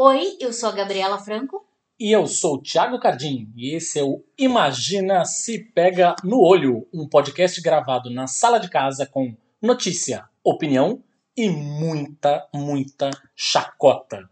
Oi, eu sou a Gabriela Franco. E eu sou o Thiago Cardim, e esse é o Imagina Se Pega no Olho, um podcast gravado na sala de casa com notícia, opinião e muita chacota.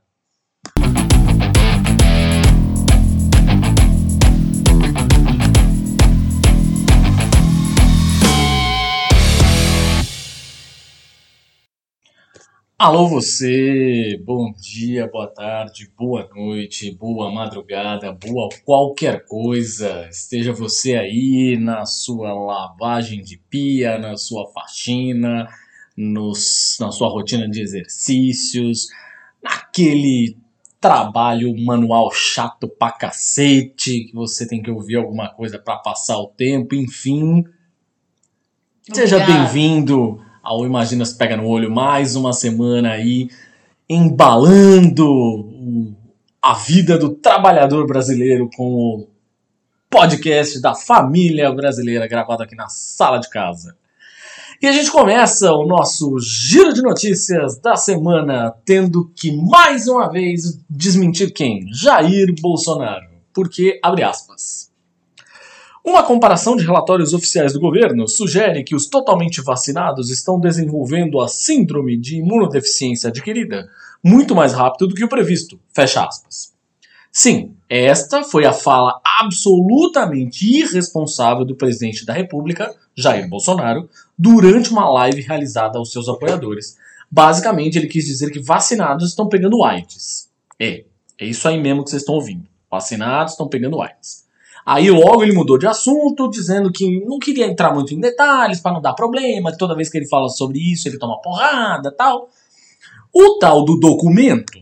Alô você, bom dia, boa tarde, boa noite, boa madrugada, boa qualquer coisa. Esteja você aí na sua lavagem de pia, na sua faxina, na sua rotina de exercícios, naquele trabalho manual chato pra cacete, que você tem que ouvir alguma coisa pra passar o tempo, enfim. Seja bem-vindo ao Imagina Se Pega no Olho, mais uma semana aí embalando a vida do trabalhador brasileiro com o podcast da família brasileira gravado aqui na sala de casa. E a gente começa o nosso giro de notícias da semana tendo que mais uma vez desmentir quem? Jair Bolsonaro. Porque, abre aspas, uma comparação de relatórios oficiais do governo sugere que os totalmente vacinados estão desenvolvendo a síndrome de imunodeficiência adquirida muito mais rápido do que o previsto. Fecha aspas. Sim, esta foi a fala absolutamente irresponsável do presidente da República, Jair Bolsonaro, durante uma live realizada aos seus apoiadores. Basicamente, ele quis dizer que vacinados estão pegando AIDS. É isso aí mesmo que vocês estão ouvindo. Vacinados estão pegando AIDS. Aí logo ele mudou de assunto, dizendo que não queria entrar muito em detalhes para não dar problema, que toda vez que ele fala sobre isso ele toma porrada e tal. O tal do documento,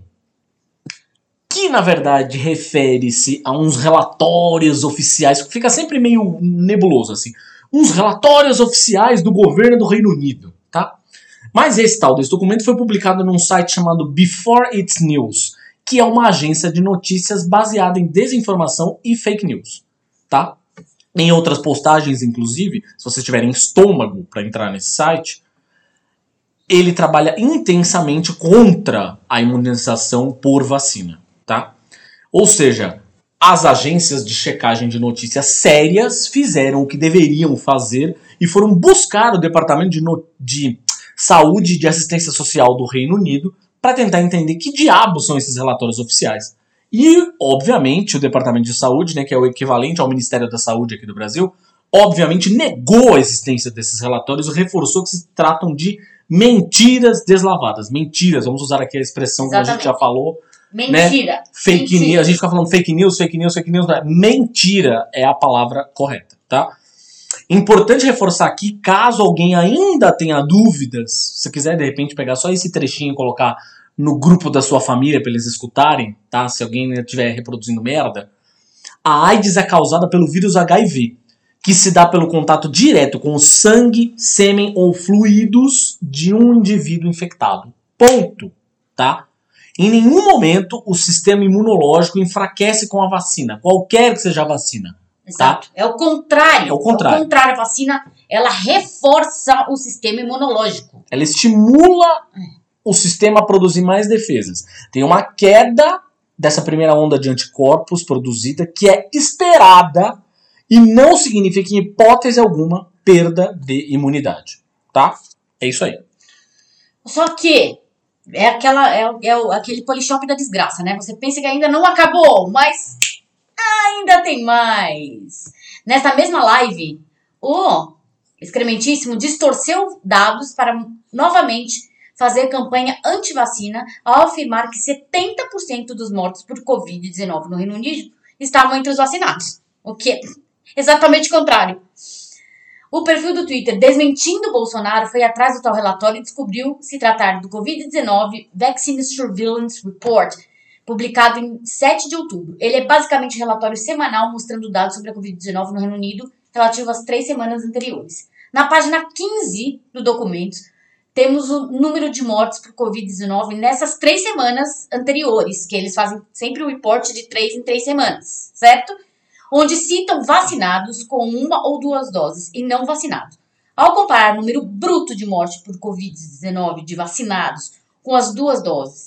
que na verdade refere-se a uns relatórios oficiais, que fica sempre meio nebuloso assim, uns relatórios oficiais do governo do Reino Unido, tá? Mas esse tal desse documento foi publicado num site chamado Before It's News, que é uma agência de notícias baseada em desinformação e fake news. Tá? Em outras postagens, inclusive, se vocês tiverem estômago para entrar nesse site, ele trabalha intensamente contra a imunização por vacina. Tá? Ou seja, as agências de checagem de notícias sérias fizeram o que deveriam fazer e foram buscar o Departamento de Saúde e de Assistência Social do Reino Unido para tentar entender que diabos são esses relatórios oficiais. E, obviamente, o Departamento de Saúde, né, que é o equivalente ao Ministério da Saúde aqui do Brasil, obviamente negou a existência desses relatórios e reforçou que se tratam de mentiras deslavadas. Mentiras, vamos usar aqui a expressão que a gente já falou. Mentira. Né? Fake news, a gente fica falando fake news. Mentira é a palavra correta, tá? Importante reforçar aqui, caso alguém ainda tenha dúvidas, se você quiser de repente pegar só esse trechinho e colocar no grupo da sua família para eles escutarem, tá? Se alguém estiver reproduzindo merda, a AIDS é causada pelo vírus HIV, que se dá pelo contato direto com o sangue, sêmen ou fluidos de um indivíduo infectado. Ponto, tá? Em nenhum momento o sistema imunológico enfraquece com a vacina, qualquer que seja a vacina. Exato. Tá? É o contrário. A vacina, ela reforça o sistema imunológico. Ela estimula o sistema a produzir mais defesas. Tem uma queda dessa primeira onda de anticorpos produzida que é esperada e não significa, em hipótese alguma, perda de imunidade. Tá? É isso aí. Só que é aquele polishop da desgraça, né? Você pensa que ainda não acabou, mas ainda tem mais. Nessa mesma live, o excrementíssimo distorceu dados para novamente fazer campanha anti-vacina ao afirmar que 70% dos mortos por Covid-19 no Reino Unido estavam entre os vacinados. O que é exatamente o contrário. O perfil do Twitter desmentindo Bolsonaro foi atrás do tal relatório e descobriu se tratar do Covid-19 Vaccine Surveillance Report, publicado em 7 de outubro. Ele é basicamente um relatório semanal mostrando dados sobre a Covid-19 no Reino Unido relativo às 3 semanas anteriores. Na página 15 do documento, temos o número de mortes por Covid-19 nessas 3 semanas anteriores, que eles fazem sempre o reporte de 3 em 3 semanas, certo? Onde citam vacinados com 1 ou 2 doses e não vacinados. Ao comparar o número bruto de morte por Covid-19 de vacinados com as 2 doses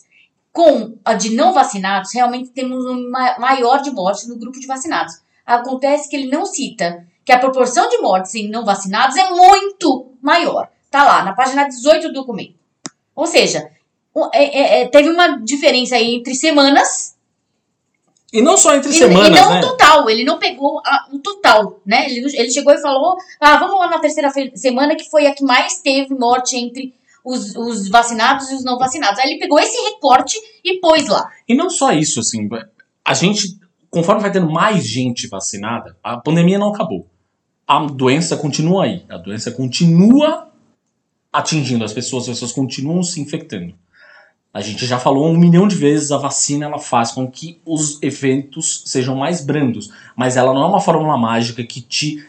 com a de não vacinados, realmente temos um maior de mortes no grupo de vacinados. Acontece que ele não cita que a proporção de mortes em não vacinados é muito maior. Tá lá, na página 18 do documento. Ou seja, teve uma diferença aí entre semanas. E não só entre semanas, e não né? o total, ele não pegou o total, né? Ele chegou e falou, vamos lá na terceira semana, que foi a que mais teve morte entre os vacinados e os não vacinados. Aí ele pegou esse recorte e pôs lá. E não só isso, assim, a gente, conforme vai tendo mais gente vacinada, a pandemia não acabou. A doença continua aí, a doença continua atingindo as pessoas continuam se infectando. A gente já falou 1 milhão de vezes, a vacina ela faz com que os efeitos sejam mais brandos, mas ela não é uma fórmula mágica que te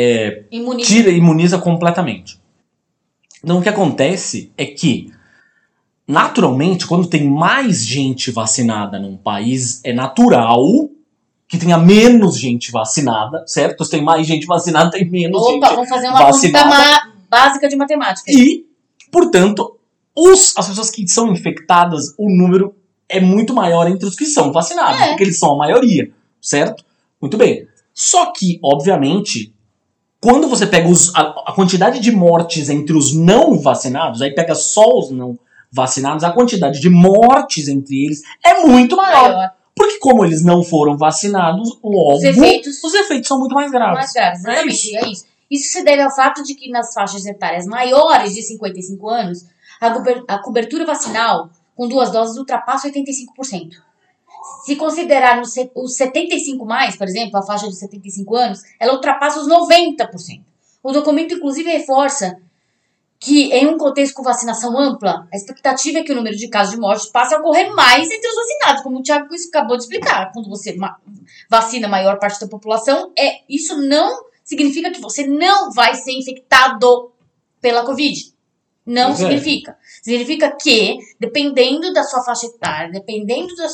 imuniza completamente. Então o que acontece é que, naturalmente, quando tem mais gente vacinada num país, é natural que tenha menos gente vacinada, certo? Se tem mais gente vacinada, tem menos gente vacinada. Vamos fazer uma conta básica de matemática. E, portanto, as pessoas que são infectadas, o número é muito maior entre os que são vacinados, porque eles são a maioria, certo? Muito bem. Só que, obviamente, quando você pega a quantidade de mortes entre os não vacinados, aí pega só os não vacinados, a quantidade de mortes entre eles é muito maior. Porque como eles não foram vacinados, logo os efeitos são muito mais graves. Mais graves, exatamente. É isso. Isso se deve ao fato de que nas faixas etárias maiores de 55 anos, a cobertura vacinal com 2 doses ultrapassa 85%. Se considerar os 75 mais, por exemplo, a faixa de 75 anos, ela ultrapassa os 90%. O documento, inclusive, reforça que, em um contexto com vacinação ampla, a expectativa é que o número de casos de morte passe a ocorrer mais entre os vacinados, como o Thiago acabou de explicar. Quando você vacina a maior parte da população, isso não significa que você não vai ser infectado pela Covid. Não significa. Significa que, dependendo da sua faixa etária, dependendo da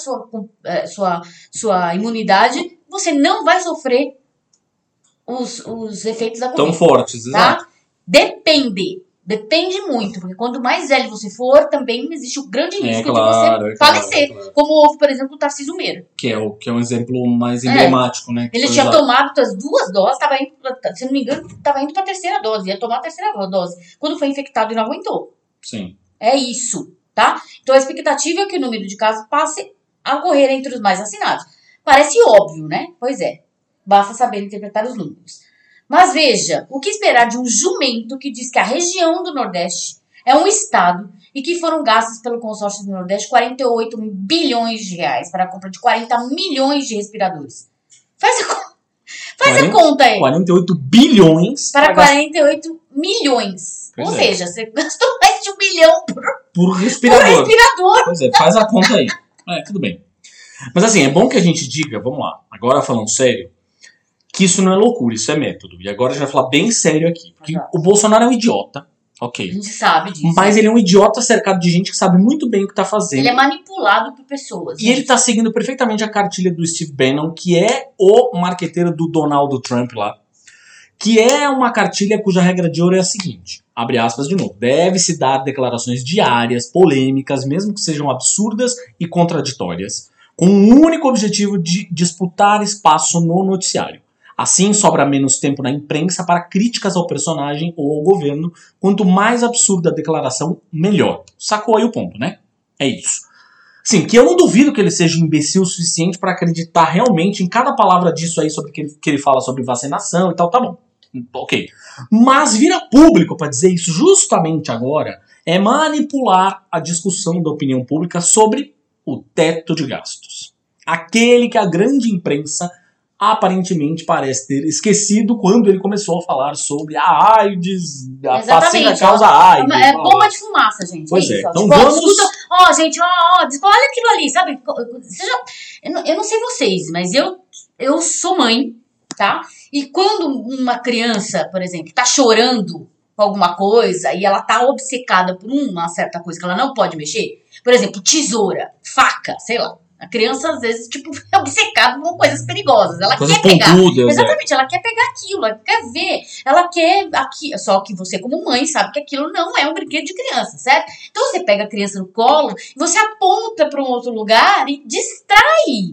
sua imunidade, você não vai sofrer os efeitos da Covid. Tão fortes, exato. Tá? Depende muito, porque quanto mais velho você for, também existe o grande risco de você falecer. Claro. Como houve, por exemplo, o Tarcísio Meira. Que é um exemplo mais emblemático, né? Ele tinha tomado as 2 doses, se não me engano, estava indo para a terceira dose, ia tomar a terceira dose. Quando foi infectado, ele não aguentou. Sim. É isso, tá? Então a expectativa é que o número de casos passe a ocorrer entre os mais vacinados. Parece óbvio, né? Pois é. Basta saber interpretar os números. Mas veja, o que esperar de um jumento que diz que a região do Nordeste é um estado e que foram gastos pelo consórcio do Nordeste 48 bilhões de reais para a compra de 40 milhões de respiradores. Faz a conta aí. 48 bilhões para 48 milhões. Ou seja, você gastou mais de 1 bilhão por respirador. Pois é, faz a conta aí. Tudo bem. Mas assim, é bom que a gente diga, vamos lá, agora falando sério, que isso não é loucura, isso é método. E agora a gente vai falar bem sério aqui. Porque o Bolsonaro é um idiota, ok. A gente sabe disso. Mas ele é um idiota cercado de gente que sabe muito bem o que tá fazendo. Ele é manipulado por pessoas. E ele tá seguindo perfeitamente a cartilha do Steve Bannon, que é o marqueteiro do Donald Trump lá. Que é uma cartilha cuja regra de ouro é a seguinte, abre aspas de novo, deve-se dar declarações diárias, polêmicas, mesmo que sejam absurdas e contraditórias, com o único objetivo de disputar espaço no noticiário. Assim, sobra menos tempo na imprensa para críticas ao personagem ou ao governo. Quanto mais absurda a declaração, melhor. Sacou aí o ponto, né? É isso. Sim, que eu não duvido que ele seja imbecil o suficiente para acreditar realmente em cada palavra disso aí sobre que ele fala sobre vacinação e tal, tá bom. Ok. Mas vir a público para dizer isso justamente agora é manipular a discussão da opinião pública sobre o teto de gastos. Aquele que a grande imprensa aparentemente parece ter esquecido quando ele começou a falar sobre a AIDS, a vacina causa AIDS. É bomba de fumaça, gente. Pois é. Isso. Então vamos... gente, olha aquilo ali, sabe? Eu não sei vocês, mas eu sou mãe, tá? E quando uma criança, por exemplo, tá chorando com alguma coisa e ela tá obcecada por uma certa coisa que ela não pode mexer, por exemplo, tesoura, faca, sei lá. A criança, às vezes, tipo, é obcecada com coisas perigosas. Ela Coisas quer pegar. pontudas, Exatamente, ela quer pegar aquilo, ela quer ver. Ela quer aqui. Só que você, como mãe, sabe que aquilo não é um brinquedo de criança, certo? Então você pega a criança no colo, você aponta para um outro lugar e distrai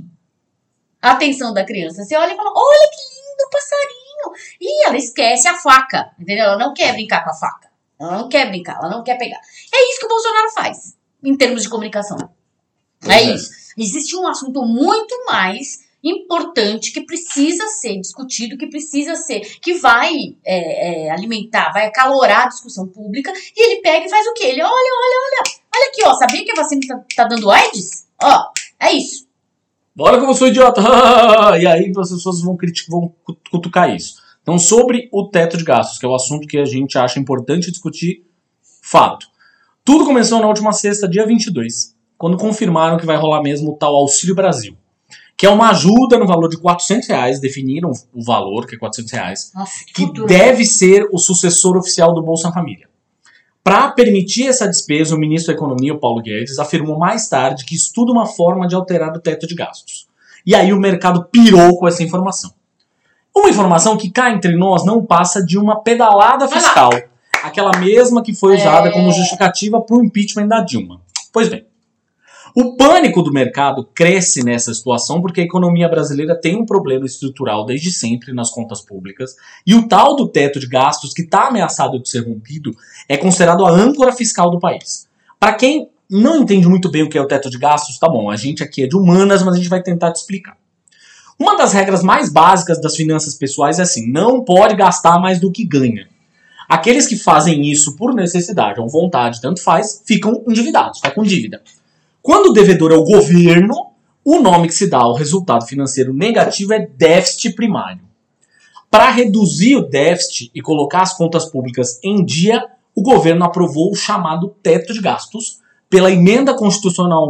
a atenção da criança. Você olha e fala, olha que lindo passarinho. E ela esquece a faca, entendeu? Ela não quer brincar com a faca. Ela não quer brincar, ela não quer pegar. É isso que o Bolsonaro faz, em termos de comunicação. É isso. Existe um assunto muito mais importante que precisa ser discutido, que vai alimentar, vai acalorar a discussão pública, e ele pega e faz o quê? Ele olha aqui, ó, sabia que a vacina tá dando AIDS? Ó, é isso. Olha como eu sou idiota! E aí as pessoas vão cutucar isso. Então, sobre o teto de gastos, que é o assunto que a gente acha importante discutir, fato. Tudo começou na última sexta, dia 22, quando confirmaram que vai rolar mesmo o tal Auxílio Brasil, que é uma ajuda no valor de R$400, definiram o valor, que é R$400, Nossa, que deve ser o sucessor oficial do Bolsa Família. Para permitir essa despesa, o ministro da Economia, o Paulo Guedes, afirmou mais tarde que estuda uma forma de alterar o teto de gastos. E aí o mercado pirou com essa informação. Uma informação que cá entre nós não passa de uma pedalada fiscal, aquela mesma que foi usada como justificativa para o impeachment da Dilma. Pois bem, o pânico do mercado cresce nessa situação porque a economia brasileira tem um problema estrutural desde sempre nas contas públicas, e o tal do teto de gastos, que está ameaçado de ser rompido, é considerado a âncora fiscal do país. Para quem não entende muito bem o que é o teto de gastos, tá bom, a gente aqui é de humanas, mas a gente vai tentar te explicar. Uma das regras mais básicas das finanças pessoais é assim, não pode gastar mais do que ganha. Aqueles que fazem isso por necessidade ou vontade, tanto faz, ficam endividados, ficam com dívida. Quando o devedor é o governo, o nome que se dá ao resultado financeiro negativo é déficit primário. Para reduzir o déficit e colocar as contas públicas em dia, o governo aprovou o chamado teto de gastos pela Emenda Constitucional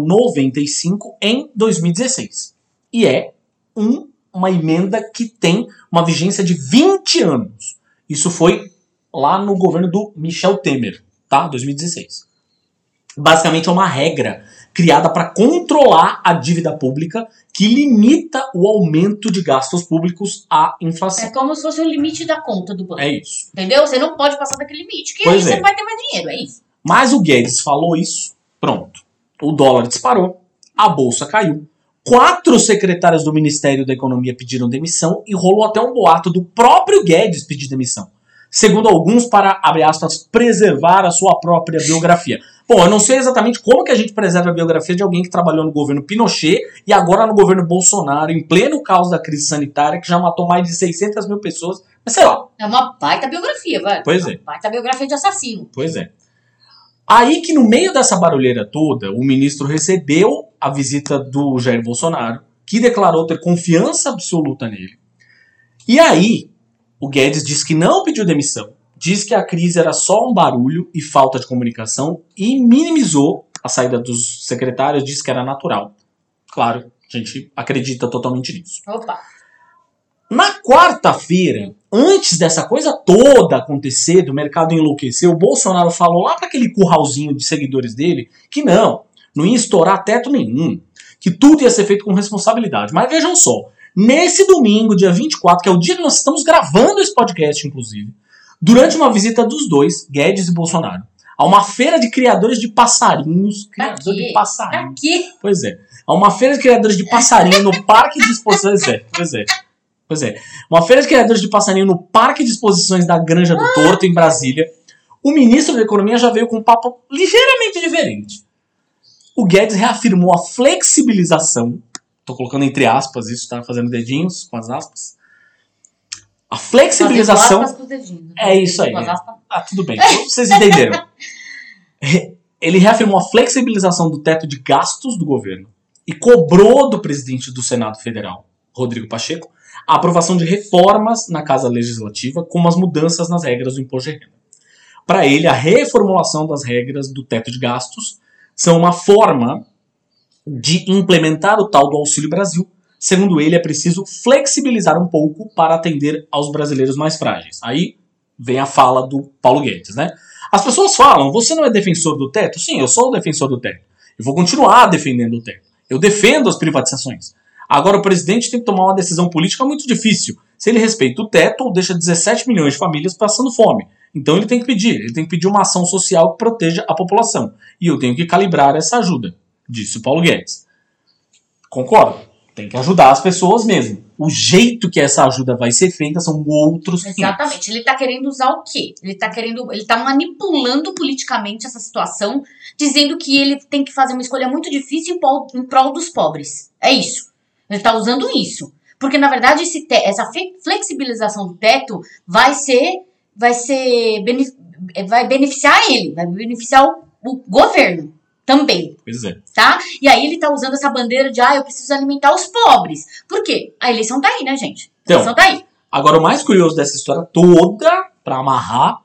95 em 2016. E é uma emenda que tem uma vigência de 20 anos. Isso foi lá no governo do Michel Temer, tá? 2016. Basicamente é uma regra criada para controlar a dívida pública que limita o aumento de gastos públicos à inflação. É como se fosse o limite da conta do banco. É isso. Entendeu? Você não pode passar daquele limite, que Pois aí é. você não vai ter mais dinheiro, é isso. Mas o Guedes falou isso, pronto. O dólar disparou, a bolsa caiu. 4 secretários do Ministério da Economia pediram demissão e rolou até um boato do próprio Guedes pedir demissão. Segundo alguns, para, abre aspas, preservar a sua própria biografia. Bom, eu não sei exatamente como que a gente preserva a biografia de alguém que trabalhou no governo Pinochet e agora no governo Bolsonaro, em pleno caos da crise sanitária, que já matou mais de 600 mil pessoas. Mas sei lá. É uma baita biografia, vai. Pois é. Uma baita biografia de assassino. Pois é. Aí que no meio dessa barulheira toda, o ministro recebeu a visita do Jair Bolsonaro, que declarou ter confiança absoluta nele. E aí, o Guedes disse que não pediu demissão, disse que a crise era só um barulho e falta de comunicação e minimizou a saída dos secretários, disse que era natural. Claro, a gente acredita totalmente nisso. Opa. Na quarta-feira, antes dessa coisa toda acontecer, do mercado enlouquecer, o Bolsonaro falou lá para aquele curralzinho de seguidores dele que não ia estourar teto nenhum, que tudo ia ser feito com responsabilidade. Mas vejam só, nesse domingo, dia 24, que é o dia que nós estamos gravando esse podcast, inclusive, durante uma visita dos dois, Guedes e Bolsonaro, a uma feira de criadores de passarinhos. Criador de passarinhos. Aqui. Pois é. A uma feira de criadores de passarinho no Parque de Exposições. Pois é. Uma feira de criadores de passarinho no Parque de Exposições da Granja do Torto, em Brasília. O ministro da Economia já veio com um papo ligeiramente diferente. O Guedes reafirmou a flexibilização. Tô colocando entre aspas isso, tá? Fazendo dedinhos com as aspas. A flexibilização. Aspas com os dedinhos. É isso aí. Com as aspas. Ah, tudo bem. Vocês entenderam. Ele reafirmou a flexibilização do teto de gastos do governo e cobrou do presidente do Senado Federal, Rodrigo Pacheco, a aprovação de reformas na Casa Legislativa, como as mudanças nas regras do imposto de renda. Para ele, a reformulação das regras do teto de gastos são uma forma de implementar o tal do Auxílio Brasil. Segundo ele, é preciso flexibilizar um pouco para atender aos brasileiros mais frágeis. Aí vem a fala do Paulo Guedes, né? As pessoas falam, você não é defensor do teto? Sim, eu sou o defensor do teto. Eu vou continuar defendendo o teto. Eu defendo as privatizações. Agora o presidente tem que tomar uma decisão política muito difícil. Se ele respeita o teto ou deixa 17 milhões de famílias passando fome. Então ele tem que pedir uma ação social que proteja a população. E eu tenho que calibrar essa ajuda, disse o Paulo Guedes. Concordo, tem que ajudar as pessoas mesmo. O jeito que essa ajuda vai ser feita são outros 500. Exatamente. Ele tá querendo usar o quê? Ele tá manipulando politicamente essa situação, dizendo que ele tem que fazer uma escolha muito difícil em prol dos pobres. É isso. Ele tá usando isso. Porque, na verdade, essa flexibilização do teto vai beneficiar ele, vai beneficiar o governo também. Pois é. Tá? E aí ele tá usando essa bandeira de, eu preciso alimentar os pobres. Por quê? A eleição tá aí, né, gente? A eleição tá aí. Agora, o mais curioso dessa história toda, pra amarrar,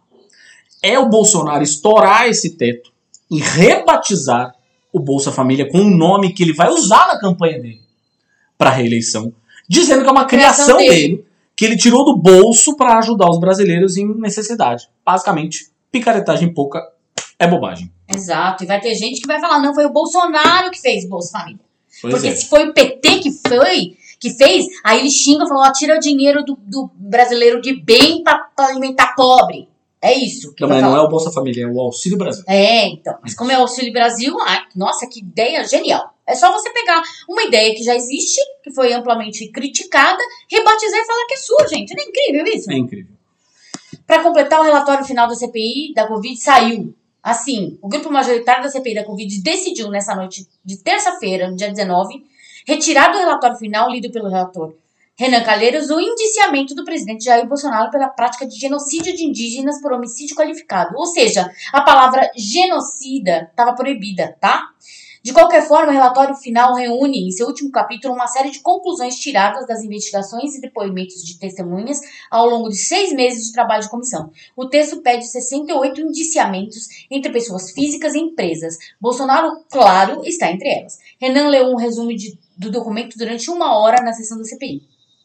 é o Bolsonaro estourar esse teto e rebatizar o Bolsa Família com um nome que ele vai usar na campanha dele pra reeleição, dizendo que é uma criação dele, que ele tirou do bolso pra ajudar os brasileiros em necessidade. Basicamente, picaretagem pouca é bobagem. Exato, e vai ter gente que vai falar, não, foi o Bolsonaro que fez Bolsa Família. Porque se foi o PT que fez, aí ele xinga e falou, tira o dinheiro do brasileiro de bem pra alimentar pobre. É isso. Não, mas não é o Bolsa Família, é o Auxílio Brasil. Então. Mas como é o Auxílio Brasil, nossa, que ideia genial. É só você pegar uma ideia que já existe, que foi amplamente criticada, rebatizar e falar que é sua, gente. Não é incrível isso? É incrível. Para completar, o relatório final da CPI da Covid saiu. Assim, o grupo majoritário da CPI da Covid decidiu nessa noite de terça-feira, no dia 19, retirar do relatório final, lido pelo relator Renan Calheiros, o indiciamento do presidente Jair Bolsonaro pela prática de genocídio de indígenas por homicídio qualificado. Ou seja, a palavra genocida estava proibida, tá? De qualquer forma, o relatório final reúne, em seu último capítulo, uma série de conclusões tiradas das investigações e depoimentos de testemunhas ao longo de 6 meses de trabalho de comissão. O texto pede 68 indiciamentos entre pessoas físicas e empresas. Bolsonaro, claro, está entre elas. Renan leu um resumo do documento durante 1 hora na sessão da CPI.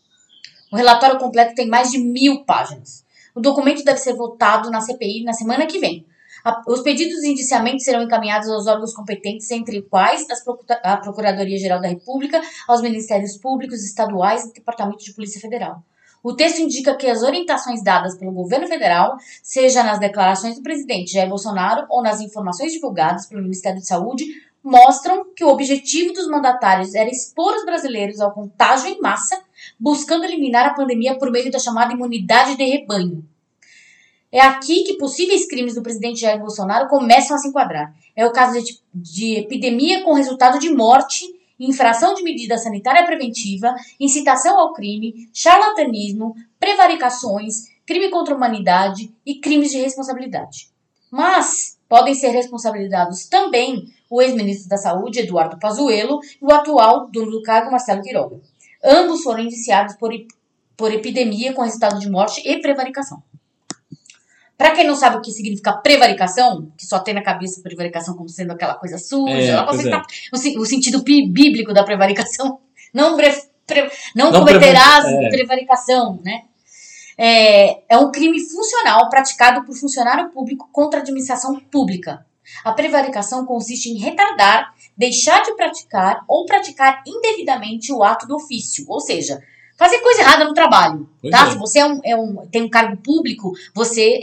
O relatório completo tem mais de 1000 páginas. O documento deve ser votado na CPI na semana que vem. Os pedidos de indiciamento serão encaminhados aos órgãos competentes, entre os quais a Procuradoria-Geral da República, aos Ministérios Públicos Estaduais e Departamento de Polícia Federal. O texto indica que as orientações dadas pelo governo federal, seja nas declarações do presidente Jair Bolsonaro ou nas informações divulgadas pelo Ministério da Saúde, mostram que o objetivo dos mandatários era expor os brasileiros ao contágio em massa, buscando eliminar a pandemia por meio da chamada imunidade de rebanho. É aqui que possíveis crimes do presidente Jair Bolsonaro começam a se enquadrar. É o caso de epidemia com resultado de morte, infração de medida sanitária preventiva, incitação ao crime, charlatanismo, prevaricações, crime contra a humanidade e crimes de responsabilidade. Mas podem ser responsabilizados também o ex-ministro da Saúde, Eduardo Pazuello, e o atual dono do cargo, Marcelo Queiroga. Ambos foram indiciados por epidemia com resultado de morte e prevaricação. Pra quem não sabe o que significa prevaricação, que só tem na cabeça prevaricação como sendo aquela coisa suja, o sentido bíblico da prevaricação, não cometerás prevaricação, né? É um crime funcional praticado por funcionário público contra a administração pública. A prevaricação consiste em retardar, deixar de praticar ou praticar indevidamente o ato do ofício, ou seja, fazer coisa errada no trabalho, tá? Se você tem um cargo público, você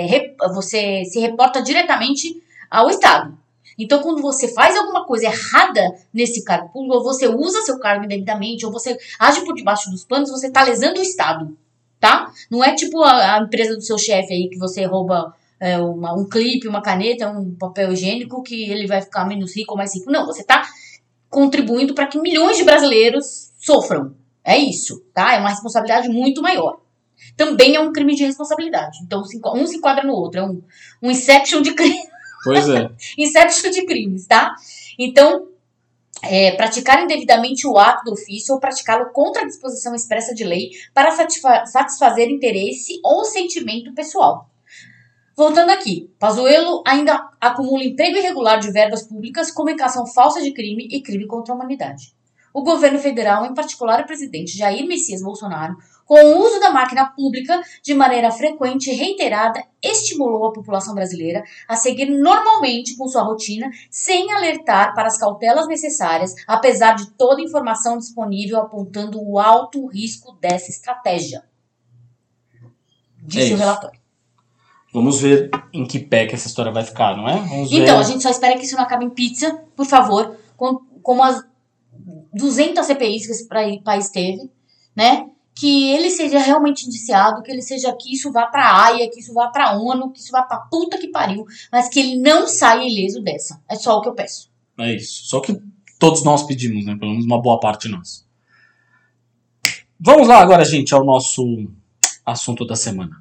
se reporta diretamente ao Estado. Então, quando você faz alguma coisa errada nesse cargo público, ou você usa seu cargo indevidamente, ou você age por debaixo dos panos, você tá lesando o Estado, tá? Não é tipo a empresa do seu chefe aí, que você rouba um clipe, uma caneta, um papel higiênico, que ele vai ficar menos rico ou mais rico. Não, você tá contribuindo para que milhões de brasileiros sofram. É isso, tá? É uma responsabilidade muito maior. Também é um crime de responsabilidade. Então, um se enquadra no outro. É um inception de crimes. Pois é. Inception de crimes, tá? Então, praticar indevidamente o ato do ofício ou praticá-lo contra a disposição expressa de lei para satisfazer interesse ou sentimento pessoal. Voltando aqui, Pazuello ainda acumula emprego irregular de verbas públicas, comunicação falsa de crime e crime contra a humanidade. O governo federal, em particular o presidente Jair Messias Bolsonaro, com o uso da máquina pública de maneira frequente e reiterada, estimulou a população brasileira a seguir normalmente com sua rotina, sem alertar para as cautelas necessárias, apesar de toda a informação disponível apontando o alto risco dessa estratégia. Disse o relatório. Vamos ver em que pé que essa história vai ficar, não é? Então, a gente só espera que isso não acabe em pizza, por favor, como as 200 CPIs que esse país teve, né? Que ele seja realmente indiciado, que isso vá pra AIA, que isso vá pra ONU, que isso vá pra puta que pariu, mas que ele não saia ileso dessa. É só o que eu peço. É isso. Só que todos nós pedimos, né? Pelo menos uma boa parte de nós. Vamos lá agora, gente, ao nosso assunto da semana.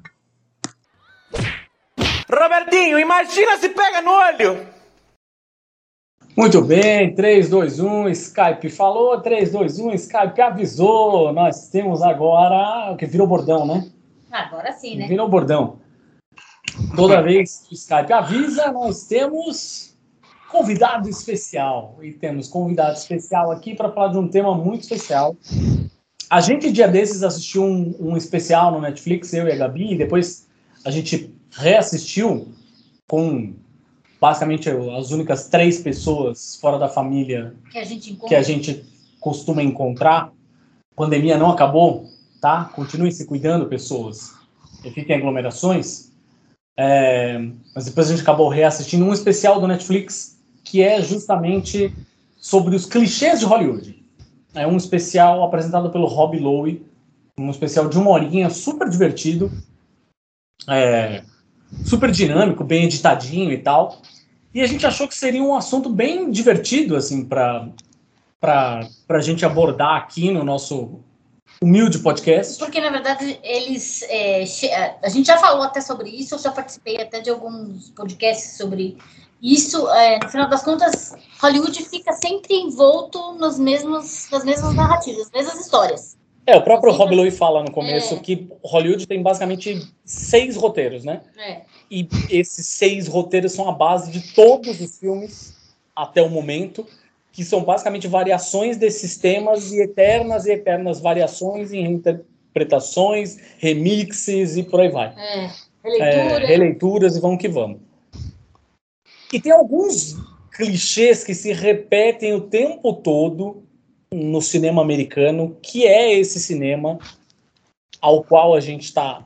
Robertinho, imagina se pega no olho! Muito bem, 3, 2, 1, Skype falou, 3, 2, 1, Skype avisou. Nós temos agora, o que virou bordão, né? Agora sim, né? Virou bordão. Toda vez que o Skype avisa, nós temos convidado especial. E temos convidado especial aqui para falar de um tema muito especial. A gente, dia desses, assistiu um especial no Netflix, eu e a Gabi, e depois a gente reassistiu com basicamente as únicas 3 pessoas fora da família que a gente costuma encontrar. A pandemia não acabou, tá? Continuem se cuidando, pessoas. Evitem aglomerações. Mas depois a gente acabou reassistindo um especial do Netflix que é justamente sobre os clichês de Hollywood. É um especial apresentado pelo Rob Lowe, um especial de 1 horinha, super divertido, super dinâmico, bem editadinho e tal. E a gente achou que seria um assunto bem divertido, assim, para a gente abordar aqui no nosso humilde podcast. Porque, na verdade, a gente já falou até sobre isso, eu já participei até de alguns podcasts sobre isso. No final das contas, Hollywood fica sempre envolto nas mesmas narrativas, as mesmas histórias. O próprio Rob Lowe fala no começo que Hollywood tem basicamente 6 roteiros, né? E esses 6 roteiros são a base de todos os filmes até o momento, que são basicamente variações desses temas e eternas variações em interpretações, remixes e por aí vai. Releituras e vamos que vamos. E tem alguns clichês que se repetem o tempo todo no cinema americano, que é esse cinema ao qual a gente está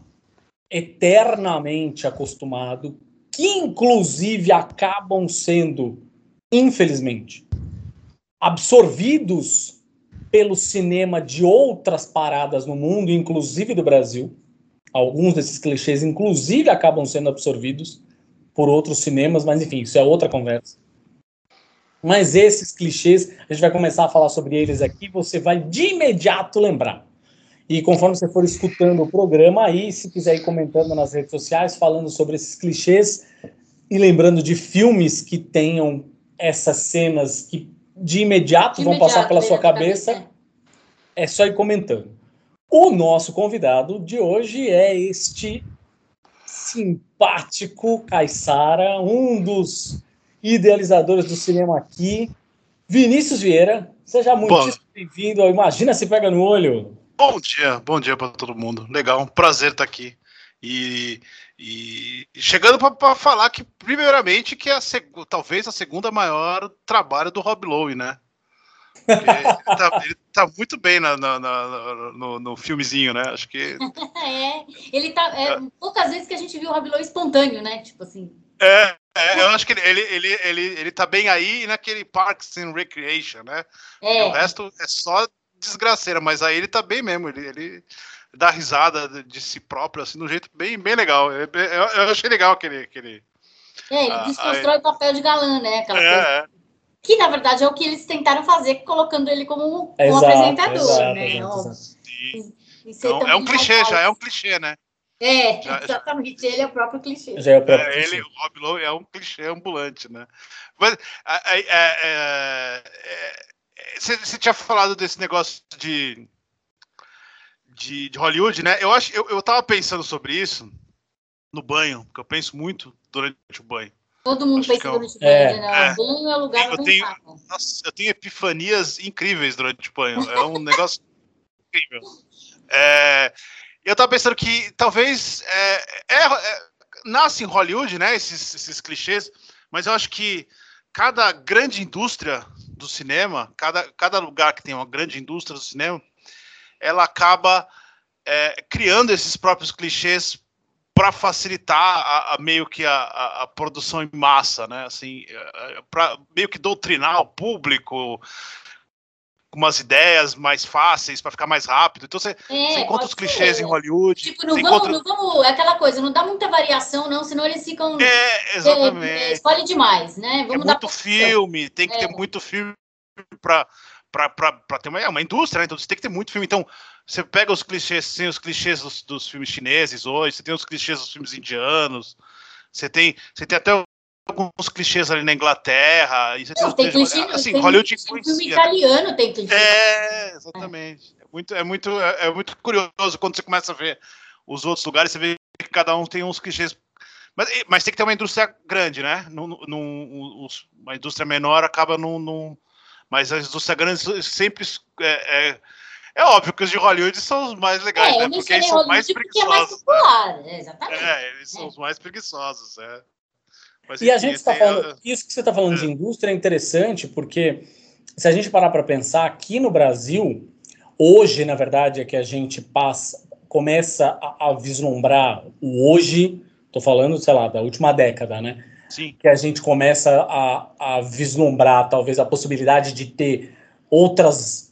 eternamente acostumado, que inclusive acabam sendo, infelizmente, absorvidos pelo cinema de outras paradas no mundo, inclusive do Brasil. Alguns desses clichês, inclusive, acabam sendo absorvidos por outros cinemas, mas enfim, isso é outra conversa. Mas esses clichês, a gente vai começar a falar sobre eles aqui, você vai de imediato lembrar. E conforme você for escutando o programa aí, se quiser ir comentando nas redes sociais, falando sobre esses clichês e lembrando de filmes que tenham essas cenas que de imediato vão passar pela sua cabeça, é só ir comentando. O nosso convidado de hoje é este simpático Caissara, um dos idealizadores do cinema aqui, Vinícius Vieira. Seja muitíssimo bem-vindo ao Imagina Se Pega no Olho. Bom dia para todo mundo. Legal, um prazer estar aqui. E chegando para falar que, primeiramente, que é talvez a segunda maior trabalho do Rob Lowe, né? Ele tá muito bem no filmezinho, né? Acho que... ele tá... poucas vezes que a gente viu o Rob Lowe espontâneo, né? Tipo assim... eu acho que ele tá bem aí naquele Parks and Recreation, né? O resto é só desgraceira, mas aí ele tá bem mesmo, ele dá risada de si próprio, assim, de um jeito bem, bem legal. Eu achei legal aquele... ele desconstrói o papel de galã, né? Aquela coisa. Que, na verdade, é o que eles tentaram fazer, colocando ele como um apresentador, né? Então, é um clichê, já é um clichê, né? Exatamente, ele é o próprio clichê. O Rob Lowe é um clichê ambulante, né? Mas você tinha falado desse negócio de Hollywood, né? Eu tava pensando sobre isso no banho, porque eu penso muito durante o banho. Todo mundo pensa durante o banho, né? O banho é o lugar eu tenho epifanias incríveis durante o banho. É um negócio incrível. Eu tava pensando que talvez nasce em Hollywood, né, esses clichês, mas eu acho que cada grande indústria do cinema, cada lugar que tem uma grande indústria do cinema, ela acaba criando esses próprios clichês para facilitar meio que a produção em massa, né? Assim, para meio que doutrinar o público com umas ideias mais fáceis para ficar mais rápido. Então você encontra os clichês em Hollywood. Tipo, não vamos, é aquela coisa, não dá muita variação, não, senão eles ficam. Exatamente. Escolhe demais, né? Vamos dar muito filme, tem que ter muito filme para ter uma indústria, né? Então você tem que ter muito filme. Então, você pega os clichês, tem os clichês dos filmes chineses hoje, você tem os clichês dos filmes indianos, você tem até alguns clichês ali na Inglaterra. E você tem clichê, assim, Hollywood influencia. Filme italiano tem clichê. Exatamente. É muito curioso quando você começa a ver os outros lugares, você vê que cada um tem uns clichês. Mas tem que ter uma indústria grande, né? Uma indústria menor acaba num. Mas a indústria grande sempre é óbvio que os de Hollywood são os mais legais, né? Porque eles são mais preguiçosos. É mais popular, exatamente. Eles são os mais preguiçosos, Mas, e a gente está falando, isso que você está falando de indústria é interessante, porque se a gente parar para pensar, aqui no Brasil, hoje, na verdade, é que a gente começa a vislumbrar o hoje, estou falando, sei lá, da última década, né? Sim. Que a gente começa a vislumbrar, talvez, a possibilidade de ter outras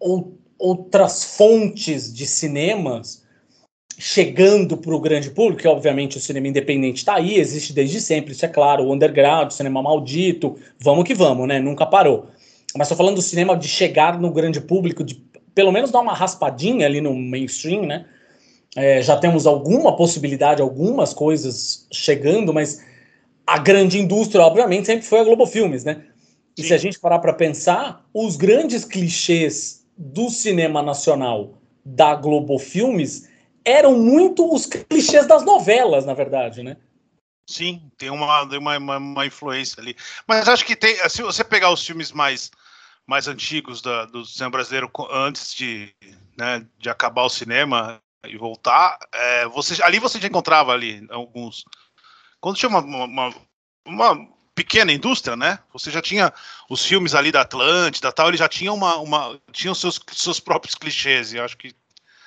fontes de cinemas chegando para o grande público, que obviamente o cinema independente está aí, existe desde sempre, isso é claro, o underground, o cinema maldito, vamos que vamos, né? Nunca parou. Mas estou falando do cinema de chegar no grande público, de pelo menos dar uma raspadinha ali no mainstream, né? Já temos alguma possibilidade, algumas coisas chegando, mas a grande indústria, obviamente, sempre foi a Globo Filmes, né? E se a gente parar para pensar, os grandes clichês do cinema nacional da Globo Filmes eram muito os clichês das novelas, na verdade, né? Sim, tem uma influência ali. Mas acho que se você pegar os filmes mais antigos do cinema brasileiro, antes de acabar o cinema e voltar, ali você já encontrava ali alguns... Quando tinha uma pequena indústria, né? Você já tinha os filmes ali da Atlântida, tal, ele já tinha tinha os seus próprios clichês, e acho que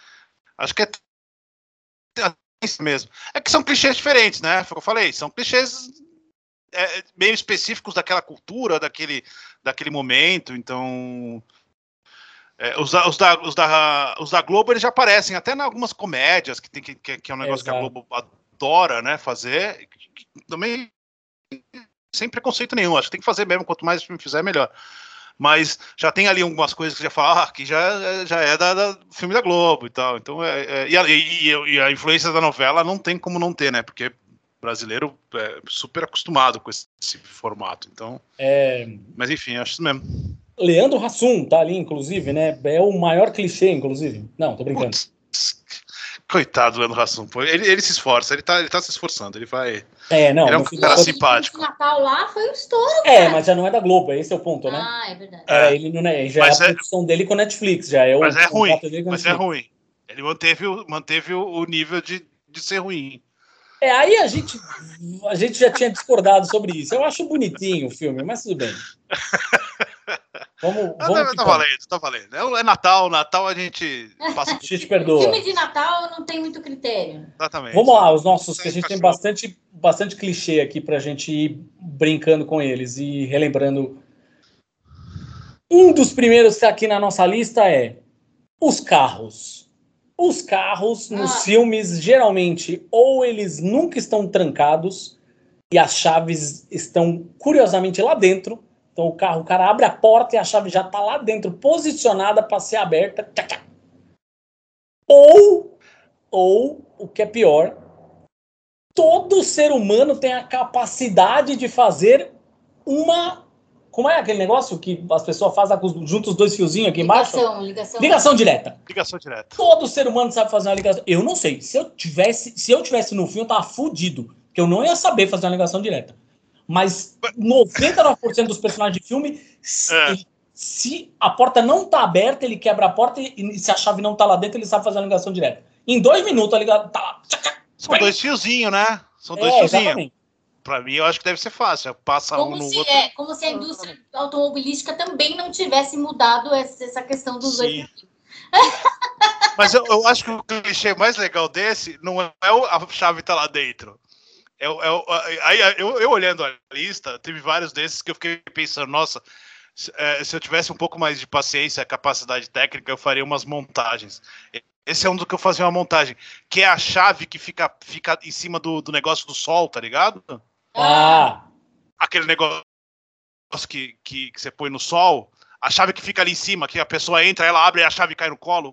é isso mesmo. É que são clichês diferentes, né? Foi o que eu falei, são clichês meio específicos daquela cultura, daquele momento. Então, os da Globo, eles já aparecem até em algumas comédias, que é um negócio que a Globo adora, né, fazer. Também sem preconceito nenhum, acho que tem que fazer mesmo, quanto mais o filme fizer, melhor. Mas já tem ali algumas coisas que já falam, que já é da filme da Globo e tal. Então, e a influência da novela não tem como não ter, né? Porque brasileiro é super acostumado com esse formato. Então, mas enfim, acho isso mesmo. Leandro Hassum tá ali, inclusive, né? É o maior clichê, inclusive. Não, tô brincando. Putz, coitado do Leandro Hassum. Ele se esforça, ele tá se esforçando. Ele vai... não, ele é um cara simpático. O Natal lá foi um estouro, cara. Mas já não é da Globo, esse é o ponto, né? É verdade. Ele não é, já é a produção dele com a Netflix, já é o... Mas é ruim, é ruim. Ele manteve o nível de ser ruim. Aí a gente já tinha discordado sobre isso. Eu acho bonitinho o filme, mas tudo bem. Vamos tá valendo. É Natal a gente passa. A gente perdoa. Filme de Natal não tem muito critério. Exatamente. Vamos lá, os nossos, que a gente tem bastante clichê aqui pra gente ir brincando com eles e relembrando. Um dos primeiros que tá aqui na nossa lista é os carros. Os carros nos filmes, geralmente, ou eles nunca estão trancados e as chaves estão, curiosamente, lá dentro. Então o cara abre a porta e a chave já está lá dentro, posicionada para ser aberta. Ou, o que é pior, todo ser humano tem a capacidade de fazer uma... Como é aquele negócio que as pessoas fazem junto os dois fiozinhos aqui embaixo? Ligação direta. Ligação direta. Todo ser humano sabe fazer uma ligação. Eu não sei. Se eu tivesse no filme, eu tava fudido. Porque eu não ia saber fazer uma ligação direta. Mas 99% dos personagens de filme Se a porta não tá aberta, ele quebra a porta e se a chave não tá lá dentro, ele sabe fazer a ligação direta. Em 2 minutos a ligação tá lá. São 2 fiozinhos, né? São 2 fiozinhos. Exatamente. Pra mim, eu acho que deve ser fácil. Passa um no outro. Como se a indústria automobilística também não tivesse mudado essa questão dos 2 fiozinhos. Mas eu acho que o clichê mais legal desse não é a chave tá lá dentro. Aí eu olhando a lista, teve vários desses que eu fiquei pensando, nossa, se eu tivesse um pouco mais de paciência, capacidade técnica, eu faria umas montagens. Esse é um do que eu fazia uma montagem, que é a chave que fica em cima do negócio do sol, tá ligado? Aquele negócio que você põe no sol, a chave que fica ali em cima, que a pessoa entra, ela abre e a chave cai no colo.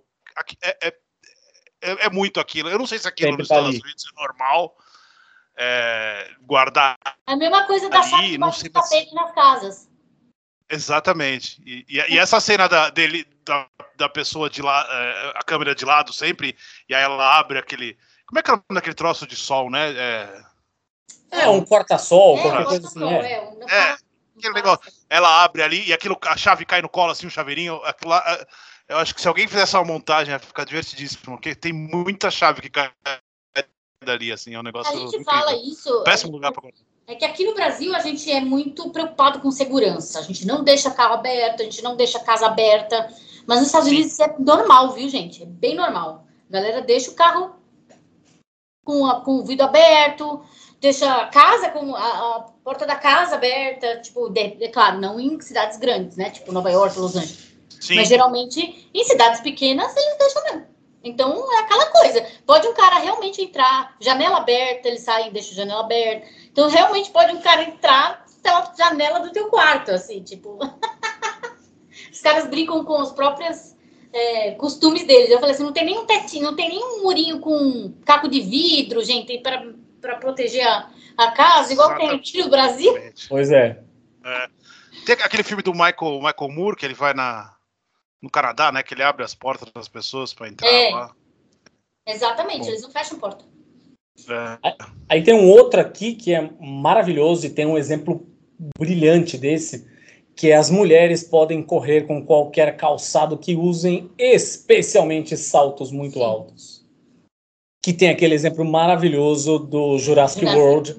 É muito aquilo. Eu não sei se aquilo Sempre nos tá Estados ali. Unidos é normal guardar. A mesma coisa da chave de bater tapete nas casas. Exatamente. E essa cena da pessoa de lá, a câmera de lado sempre, e aí ela abre aquele. Como é que é o nome daquele troço de sol, né? Um corta-sol, qualquer coisa assim. Aquele negócio. Ela abre ali e a chave cai no colo, assim, um chaveirinho. Eu acho que se alguém fizesse uma montagem, vai ficar divertidíssimo, porque tem muita chave que cai dali, assim, é um negócio. A gente incrível. fala isso. Péssimo lugar pra. É que aqui no Brasil a gente é muito preocupado com segurança. A gente não deixa carro aberto, a gente não deixa casa aberta. Mas nos Estados Unidos isso é normal, viu, gente? É bem normal. A galera deixa o carro com o vidro aberto, deixa a casa com a porta da casa aberta. Tipo, claro, não em cidades grandes, né? Tipo Nova York, Los Angeles. Sim. Mas geralmente em cidades pequenas eles deixam mesmo. Então é aquela coisa. Pode um cara realmente entrar, janela aberta, ele sai e deixa a janela aberta. Então realmente pode um cara entrar pela janela do teu quarto, assim, tipo. Os caras brincam com os próprios costumes deles. Eu falei assim, não tem nenhum tetinho, não tem nenhum murinho com caco de vidro, gente, para proteger a casa, igual tem aqui no Brasil. Pois é. Tem aquele filme do Michael Moore, que ele vai no Canadá, né? Que ele abre as portas das pessoas para entrar lá. Exatamente, eles não fecham porta. Aí tem um outro aqui que é maravilhoso e tem um exemplo brilhante desse, que é as mulheres podem correr com qualquer calçado que usem especialmente saltos muito altos. Que tem aquele exemplo maravilhoso do Jurassic World.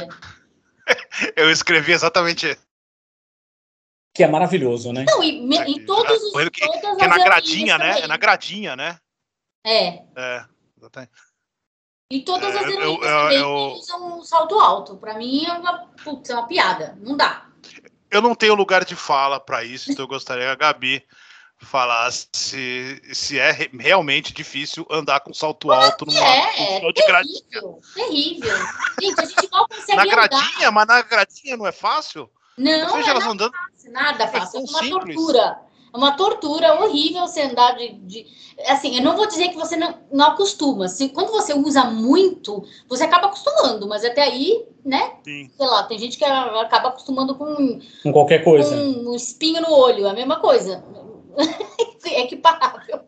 Eu escrevi exatamente que é maravilhoso, né? Não, e todos os... que é na gradinha, né? É na gradinha, né? Exatamente. E todas as heroínas também usam um salto alto. Pra mim é uma piada. Não dá. Eu não tenho lugar de fala pra isso, então eu gostaria que a Gabi falasse se é realmente difícil andar com salto alto numa de gradinha. Terrível. Gente, a gente mal consegue na gradinha, andar. Mas na gradinha não é fácil? Não, não é fácil, nada fácil. É uma tortura. É uma tortura horrível você andar Assim, eu não vou dizer que você não acostuma. Quando você usa muito, você acaba acostumando. Mas até aí, né? Sim. Sei lá, tem gente que acaba acostumando com qualquer coisa. Com um espinho no olho. A mesma coisa. É equiparável.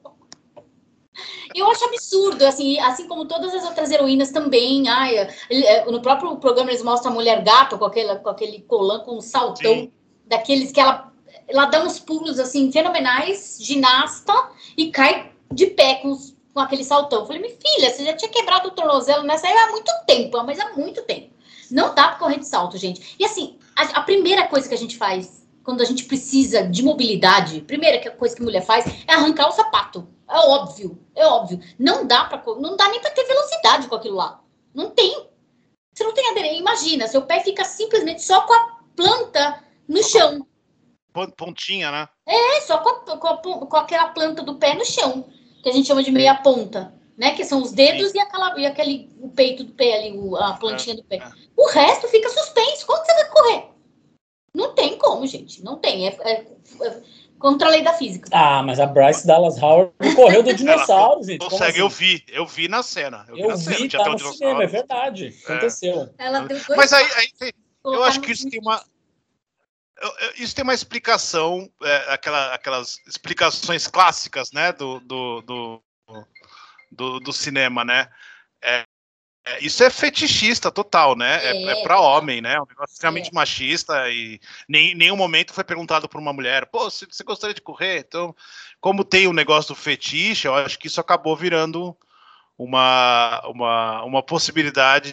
Eu acho absurdo, assim como todas as outras heroínas também. No próprio programa eles mostram a mulher gato com aquele colã, com um saltão. Sim. Daqueles que ela dá uns pulos assim fenomenais, ginasta, e cai de pé com aquele saltão. Eu falei, minha filha, você já tinha quebrado o tornozelo nessa aí há muito tempo, mas há muito tempo. Não dá pra correr de salto, gente. E assim, a primeira coisa que a gente faz quando a gente precisa de mobilidade, a primeira coisa que a mulher faz é arrancar o sapato. É óbvio. Não dá nem pra ter velocidade com aquilo lá. Não tem. Você não tem aderência. Imagina, seu pé fica simplesmente só com a planta no chão. Pontinha, né? Só com aquela planta do pé no chão, que a gente chama de meia ponta, né? Que são os dedos e o peito do pé ali, a plantinha do pé. O resto fica suspenso. Como você vai correr? Não tem como, gente. Não tem. É contra a lei da física. Mas a Bryce Dallas Howard correu do dinossauro, gente. Consegue, assim? eu vi na cena. Eu vi, tá no cinema, é verdade. Aconteceu. Ela deu 2 Mas aí eu acho que isso tem uma... Isso tem uma explicação, aquelas explicações clássicas, né, do cinema, né? Isso é fetichista total, né? É pra homem, né? É um negócio extremamente É. machista e em nenhum momento foi perguntado por uma mulher, pô, você gostaria de correr? Então, como tem o negócio do fetiche, eu acho que isso acabou virando uma possibilidade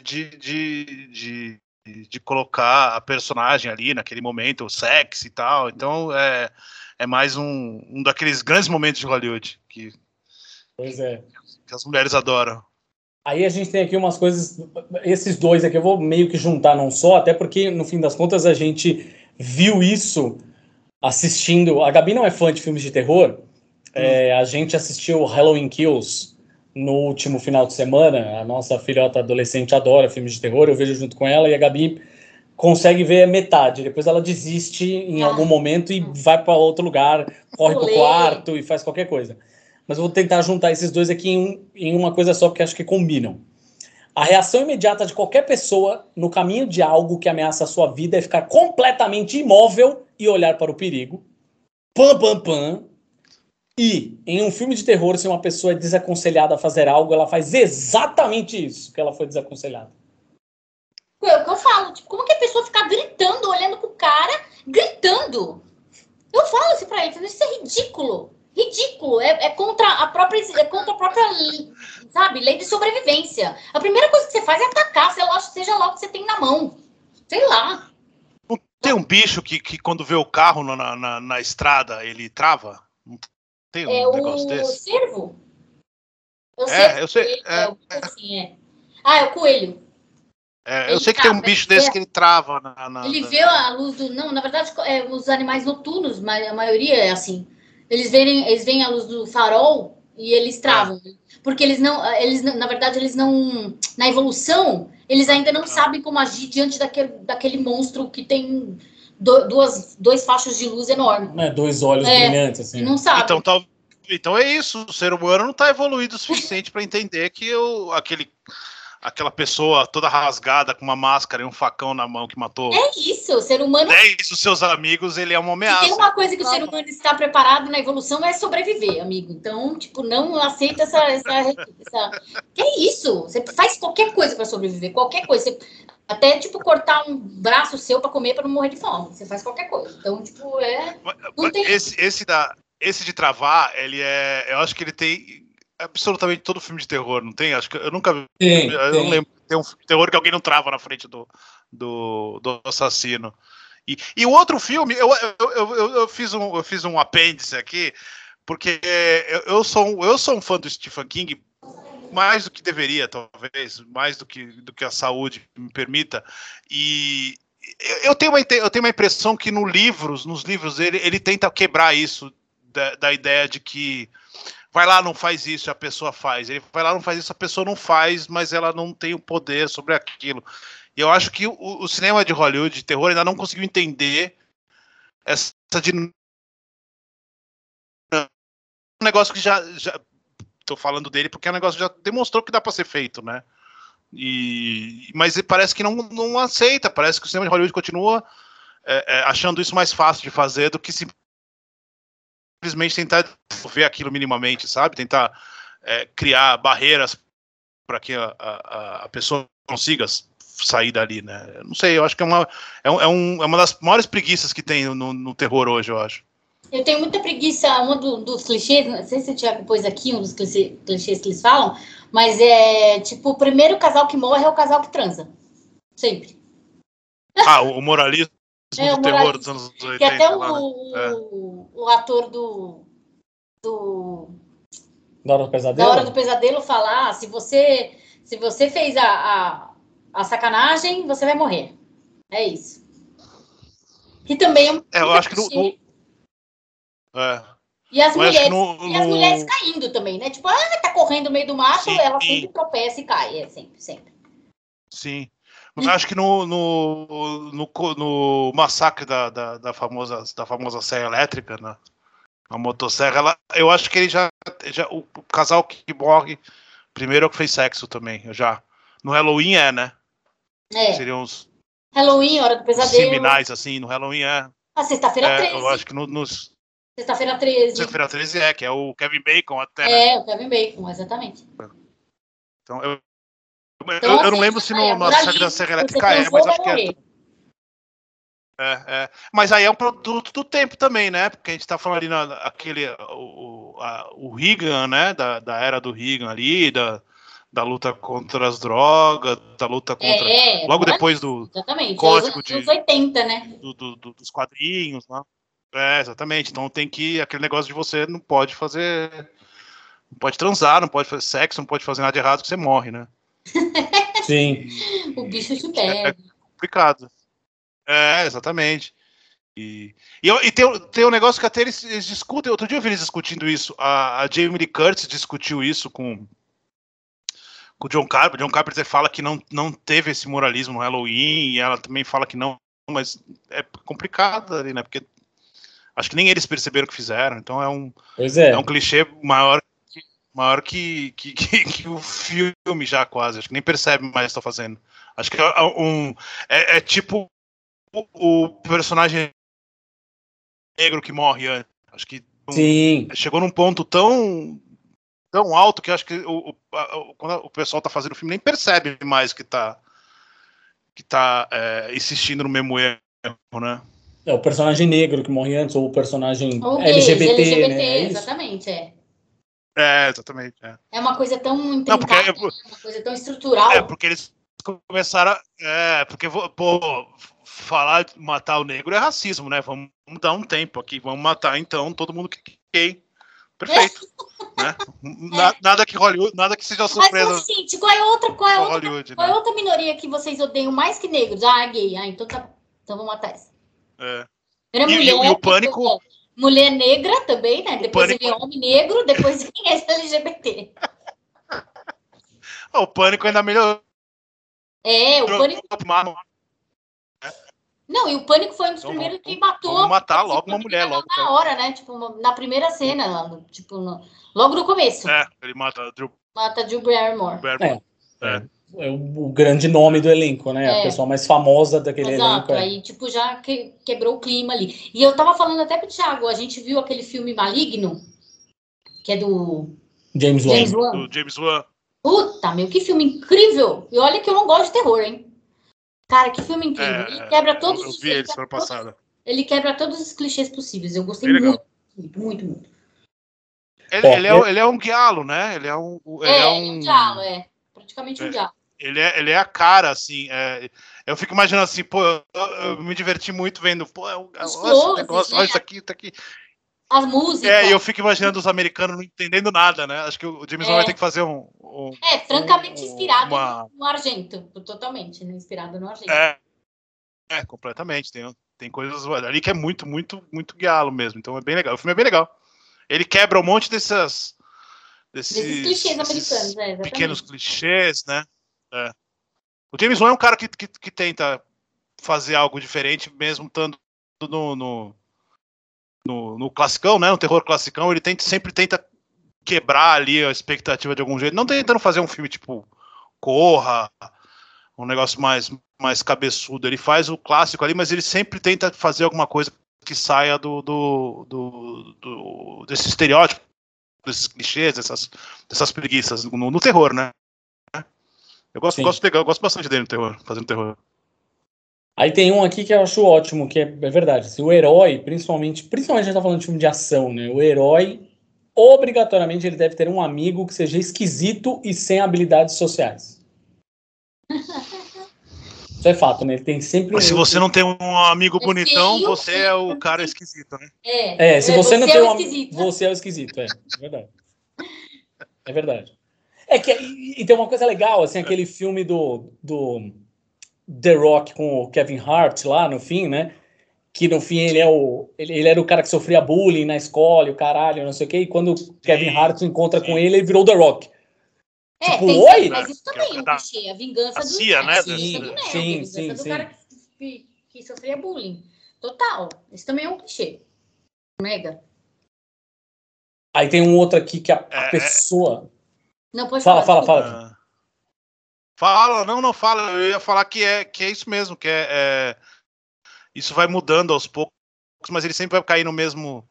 de colocar a personagem ali naquele momento, o sexo e tal. Então, é mais um daqueles grandes momentos de Hollywood Pois é. que as mulheres adoram. Aí a gente tem aqui umas coisas, esses dois aqui eu vou meio que juntar num só, até porque no fim das contas a gente viu isso assistindo. A Gabi não é fã de filmes de terror, a gente assistiu Halloween Kills no último final de semana. A nossa filhota adolescente adora filmes de terror, eu vejo junto com ela, e a Gabi consegue ver metade, depois ela desiste em algum momento e vai para outro lugar, corre pro quarto e faz qualquer coisa. Mas eu vou tentar juntar esses dois aqui em uma coisa só, porque acho que combinam. A reação imediata de qualquer pessoa no caminho de algo que ameaça a sua vida é ficar completamente imóvel e olhar para o perigo. Pam, pam, pam. E, em um filme de terror, se uma pessoa é desaconselhada a fazer algo, ela faz exatamente isso que ela foi desaconselhada. É o que eu falo, tipo, como que a pessoa fica gritando, olhando pro cara, gritando? Eu falo assim pra ele, isso é ridículo. Ridículo, é contra a própria, sabe, lei de sobrevivência. A primeira coisa que você faz é atacar, seja lá o que você tem na mão. Sei lá. Não tem um bicho que quando vê o carro na estrada, ele trava? Não tem um negócio desse? Cervo? Eu sei. É o coelho. Eu sei que tem um bicho desse que ele trava. Ele vê a luz do... Não, na verdade, os animais noturnos, a maioria é assim. Eles veem a luz do farol e eles travam. Porque na verdade, eles não... Na evolução, eles ainda não sabem como agir diante daquele monstro que tem dois fachos de luz enormes. Dois olhos brilhantes, assim. Não sabe. Então é isso. O ser humano não está evoluído o suficiente para entender que aquela pessoa toda rasgada com uma máscara e um facão na mão que matou. É isso, o ser humano... 10 dos seus amigos, ele é uma ameaça. Se tem uma coisa que o ser humano está preparado na evolução é sobreviver, amigo. Então, tipo, não aceita essa... Que é isso? Você faz qualquer coisa para sobreviver, qualquer coisa. Até, tipo, cortar um braço seu para comer para não morrer de fome. Você faz qualquer coisa. Então, tipo, não tem... Esse de travar, eu acho que ele tem absolutamente todo filme de terror, não tem? Acho que eu nunca vi. Eu não lembro. Tem um filme de terror que alguém não trava na frente do assassino. E o outro filme, eu fiz um apêndice aqui, porque eu sou um fã do Stephen King, mais do que deveria, talvez, mais do que a saúde me permita. E eu tenho uma impressão que nos livros ele tenta quebrar isso da ideia de que vai lá, não faz isso, a pessoa faz. Ele vai lá, não faz isso, a pessoa não faz, mas ela não tem o poder sobre aquilo. E eu acho que o cinema de Hollywood, de terror, ainda não conseguiu entender essa dinâmica. Um negócio que já tô falando dele porque é um negócio que já demonstrou que dá para ser feito, né? Mas parece que não aceita. Parece que o cinema de Hollywood continua achando isso mais fácil de fazer do que simplesmente tentar ver aquilo minimamente, sabe? Tentar criar barreiras para que a pessoa consiga sair dali, né? Eu não sei, eu acho que é uma das maiores preguiças que tem no terror hoje, eu acho. Eu tenho muita preguiça, dos clichês, não sei se o Thiago pôs aqui um dos clichês que eles falam, mas tipo, o primeiro casal que morre é o casal que transa. Sempre. O moralismo do terror dos anos 80. Que até o ator Da Hora do Pesadelo? Da Hora do Pesadelo fala, se você fez a sacanagem, você vai morrer. É isso. Que também eu acho que E as mulheres caindo também, né? Tipo, tá correndo no meio do mato, sim, ela sempre tropeça e cai. Sempre. Sim. Eu acho que no massacre da famosa serra elétrica, né? A motosserra, eu acho que ele já o casal que morre primeiro é o que fez sexo também. No Halloween né? Seriam uns Halloween, Hora do Pesadelo. Seminais, assim, no Halloween A Sexta-feira 13. Eu acho que nos... Sexta-feira 13. Sexta-feira 13 que é o Kevin Bacon até. O Kevin Bacon, exatamente. Então, eu Então, eu não assim, lembro se é no Saga da Serra você Elétrica transou, mas vai acho que é. morrer. Mas aí é um produto do tempo também, né? Porque a gente tá falando ali o Reagan, né? Da era do Reagan ali, da luta contra as drogas, da luta contra. Logo depois do exatamente. É código os 80, né? dos quadrinhos, né? Exatamente. Então tem que. Aquele negócio de você não pode fazer. Não pode transar, não pode fazer sexo, não pode fazer nada de errado que você morre, né? Sim. O bicho te É pega. complicado. Exatamente. E tem um negócio que até eles discutem. Outro dia eu vi eles discutindo isso. A Jamie Lee Curtis discutiu isso com o John Carpenter. John Carpenter fala que não teve esse moralismo no Halloween, e ela também fala que não, mas é complicado ali, né? Porque acho que nem eles perceberam o que fizeram. Então Pois é um é. clichê maior que o filme já quase. Acho que nem percebe mais o que está fazendo. Acho que é tipo o personagem negro que morre antes. Acho que Sim. chegou num ponto tão alto que acho que quando o pessoal tá fazendo o filme nem percebe mais que tá insistindo no mesmo erro, né? É o personagem negro que morre antes, ou o personagem Ou gays, LGBT, né? LGBT, É isso? exatamente. Exatamente. É uma coisa tão Não, porque, intrincada, uma coisa tão estrutural. porque eles começaram. Porque, pô, falar de matar o negro é racismo, né? Vamos dar um tempo aqui, vamos matar então todo mundo que gay. Perfeito. Né? Nada que Hollywood, nada que seja surpresa. Mas, gente, qual é Hollywood, qual é né? outra minoria que vocês odeiam mais que negros? Gay. Então tá. Então vamos matar essa. Era mulher, E o Pânico. Mulher negra também, né? Depois Pânico, vem homem negro, depois vem LGBT. o Pânico ainda melhorou. O Pânico. Não, e o Pânico foi um dos primeiros que matou. Vamos matar logo uma mulher, logo. Na hora, né? Tipo, na primeira cena, tipo, logo no começo. Ele mata a Drew Barrymore. É o grande nome do elenco, né? A pessoa mais famosa daquele elenco. Aí, tipo, já quebrou o clima ali. E eu tava falando até pro Thiago, a gente viu aquele filme Maligno, que é do James Wan. Do James Wan. Puta, meu, que filme incrível! E olha que eu não gosto de terror, hein? Cara, que filme incrível. Ele quebra todos os vi ele semana passada. Ele quebra todos os clichês possíveis. Eu gostei muito. Ele é um diálogo, né? Ele é um diálogo, praticamente um diálogo. Ele é a cara, assim. Eu fico imaginando assim, pô, eu me diverti muito vendo, pô, olha esse negócio, olha isso aqui, tá aqui. As músicas. E eu fico imaginando os americanos não entendendo nada, né? Acho que o James Wan vai ter que fazer francamente inspirado no Argento, totalmente, né? Inspirado no Argento. Completamente. Tem coisas ali que é muito, muito, muito guialo mesmo. Então é bem legal. O filme é bem legal. Ele quebra um monte desses clichês americanos, pequenos clichês, né? O James Wan é um cara que tenta fazer algo diferente, mesmo estando no classicão, né? No terror classicão, ele sempre tenta quebrar ali a expectativa de algum jeito. Não tentando fazer um filme tipo Corra, um negócio mais cabeçudo. Ele faz o clássico ali, mas ele sempre tenta fazer alguma coisa que saia desse estereótipo, desses clichês, dessas preguiças no terror, né? Eu gosto bastante dele no terror, fazendo terror. Aí tem um aqui que eu acho ótimo, que é verdade. Se o herói, principalmente a gente tá falando de filme de ação, né? O herói, obrigatoriamente, ele deve ter um amigo que seja esquisito e sem habilidades sociais. Isso é fato, né? Ele tem sempre Mas se você não tem um amigo bonitão, você é o cara esquisito, né? Se você não tem um amigo, você é o esquisito, é verdade. É verdade. E tem uma coisa legal, assim, aquele filme do The Rock com o Kevin Hart lá no fim, né? Que no fim ele era o cara que sofria bullying na escola e o caralho, não sei o quê. E quando o Kevin Hart encontra com ele virou The Rock. Oi? Mas isso também é um clichê, a vingança do CIA, né? Sim. Do cara que sofria bullying. Total. Isso também é um clichê. Mega. Aí tem um outro aqui que a pessoa... Não, pode falar. Fala. Não fala. Eu ia falar que é isso mesmo, isso vai mudando aos poucos, mas ele sempre vai cair no mesmo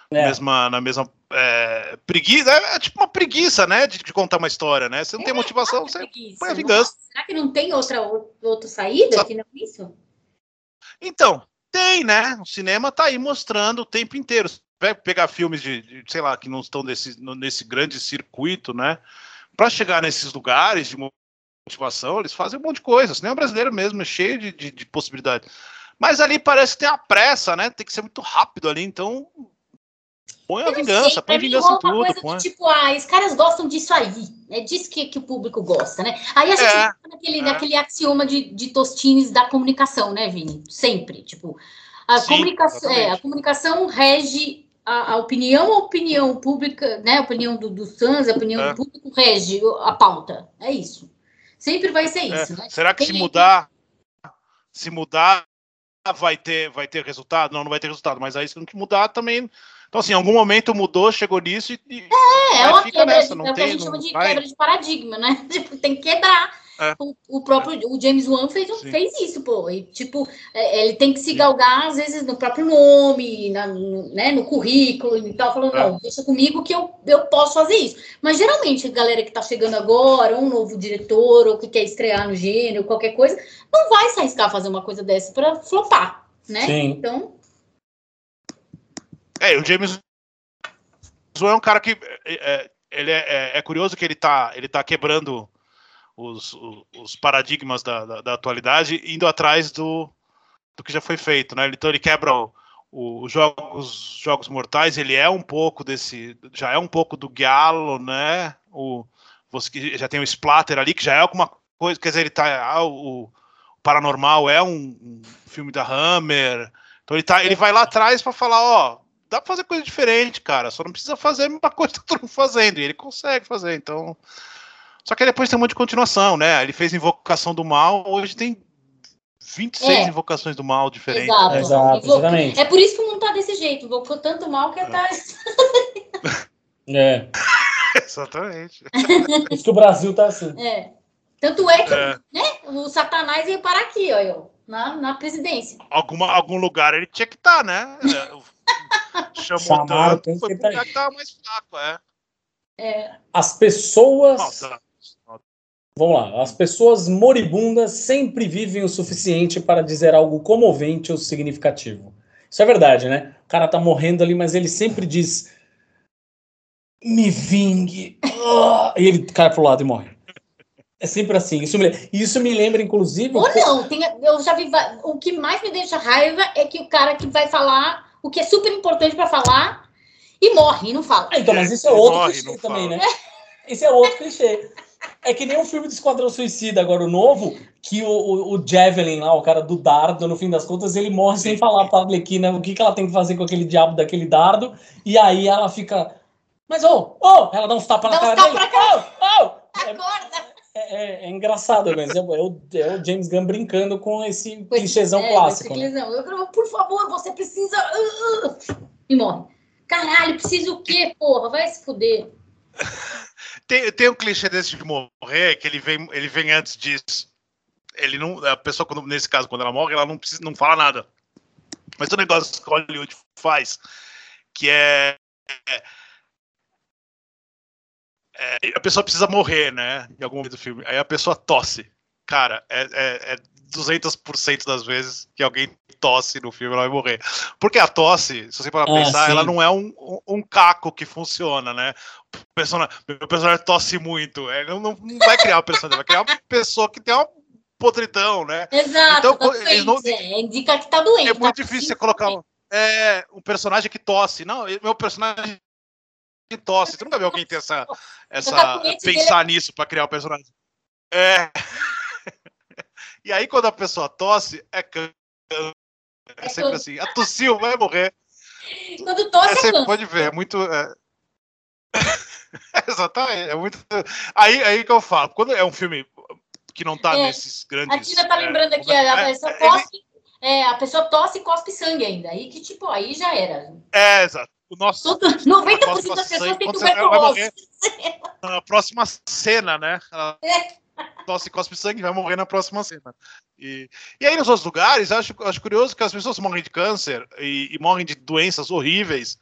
na mesma preguiça. É tipo uma preguiça, né? De contar uma história, né? Você não tem motivação, você põe a vingança. Será que não tem outra saída que não é isso? Então, tem, né? O cinema tá aí mostrando o tempo inteiro. Você vai pegar filmes de sei lá, que não estão nesse grande circuito, né? Para chegar nesses lugares de motivação, eles fazem um monte de coisa. O cinema brasileiro mesmo é cheio de possibilidades. Mas ali parece que tem a pressa, né? Tem que ser muito rápido ali, então põe a vingança, põe vingança em tudo. Coisa tipo, os caras gostam disso aí. É disso que o público gosta, né? Aí a gente fica naquele axioma de Tostines da comunicação, né, Vini? Sempre. Tipo, a comunicação rege a opinião pública, né? A opinião dos fãs, a opinião do público rege a pauta. É isso. Sempre vai ser isso, né? Será que se mudar vai ter resultado? Não vai ter resultado, mas aí se não mudar também. Então, assim, em algum momento mudou, chegou nisso e uma fica quebra, nessa. é o que a gente chama de quebra de paradigma, né? Tipo, tem que quebrar. O próprio James Wan fez isso, pô. E, tipo, ele tem que se galgar, às vezes, no próprio nome, né, no currículo e tal, falando, não, deixa comigo que eu posso fazer isso. Mas, geralmente, a galera que tá chegando agora, um novo diretor, ou que quer estrear no gênero, qualquer coisa, não vai se arriscar a fazer uma coisa dessa pra flopar, né? Sim. Então... o James Wan é um cara que... ele é curioso que ele tá quebrando os paradigmas da atualidade, indo atrás do que já foi feito, né? Então ele quebra os jogos mortais, ele é um pouco já é um pouco do giallo, né? Você já tem o splatter ali, que já é alguma coisa, quer dizer, ele tá o Paranormal é um filme da Hammer, então ele vai lá atrás para falar, dá pra fazer coisa diferente, cara, só não precisa fazer a mesma coisa que todo mundo fazendo, e ele consegue fazer, então... Só que depois tem um monte de continuação, né? Ele fez Invocação do Mal, hoje tem 26 Invocações do Mal diferentes. Exato, exatamente. É por isso que o mundo tá desse jeito, invocou tanto mal que tá... Exatamente. Por isso que o Brasil tá assim. Tanto é que né, o Satanás ia parar aqui, na presidência. Algum lugar ele tinha que estar, né? Chamou tanto, foi pro lugar que tava mais fraco, As pessoas... Vamos lá. As pessoas moribundas sempre vivem o suficiente para dizer algo comovente ou significativo. Isso é verdade, né? O cara tá morrendo ali, mas ele sempre diz: me vingue. E ele cai pro lado e morre. É sempre assim. Isso me lembra, inclusive... Ou não, eu já vi... O que mais me deixa raiva é que o cara que vai falar o que é super importante para falar e morre, e não fala. Então, mas isso é outro clichê também, né? Esse é outro clichê. É que nem um filme do Esquadrão Suicida, agora o novo, que o Javelin lá, o cara do dardo, no fim das contas, ele morre sem falar pra Arlequina o que ela tem que fazer com aquele diabo daquele dardo, e aí ela fica... Mas, ela dá uns tapas na cara dele. Acorda! É engraçado, mas é o James Gunn brincando com esse clichêzão clássico. Né? Por favor, você precisa... E morre. Caralho, precisa o quê, porra? Vai se fuder. Tem um clichê desse de morrer, que ele vem antes disso. Ele não, a pessoa, nesse caso, quando ela morre, ela não fala nada. Mas tem um negócio que Hollywood faz, que a pessoa precisa morrer, né? Em algum momento do filme. Aí a pessoa tosse. Cara, 200% das vezes que alguém tosse no filme, ela vai morrer. Porque a tosse, se você parar pra pensar, ela não é um caco que funciona, né? O personagem tosse muito. Ele não vai criar uma personagem, vai criar uma pessoa que tem uma podridão, né? Exato, então, indica que tá doente. É muito difícil você colocar um personagem que tosse. Não, meu personagem que tosse. Você nunca viu alguém ter pensar nisso pra criar o personagem. E aí, quando a pessoa tosse, é sempre assim. A tossiu, vai morrer. Quando tosse, você pode ver, é muito... Exatamente, é muito... Aí que eu falo, quando é um filme que não tá nesses grandes... A Tina tá lembrando aqui, a pessoa tosse e cospe sangue ainda. Aí que, tipo, aí já era. Exato. 90% das pessoas têm tuberculose. Na próxima cena, né? Ela tosse e cospe sangue, vai morrer na próxima cena. E aí, nos outros lugares, acho curioso que as pessoas morrem de câncer e morrem de doenças horríveis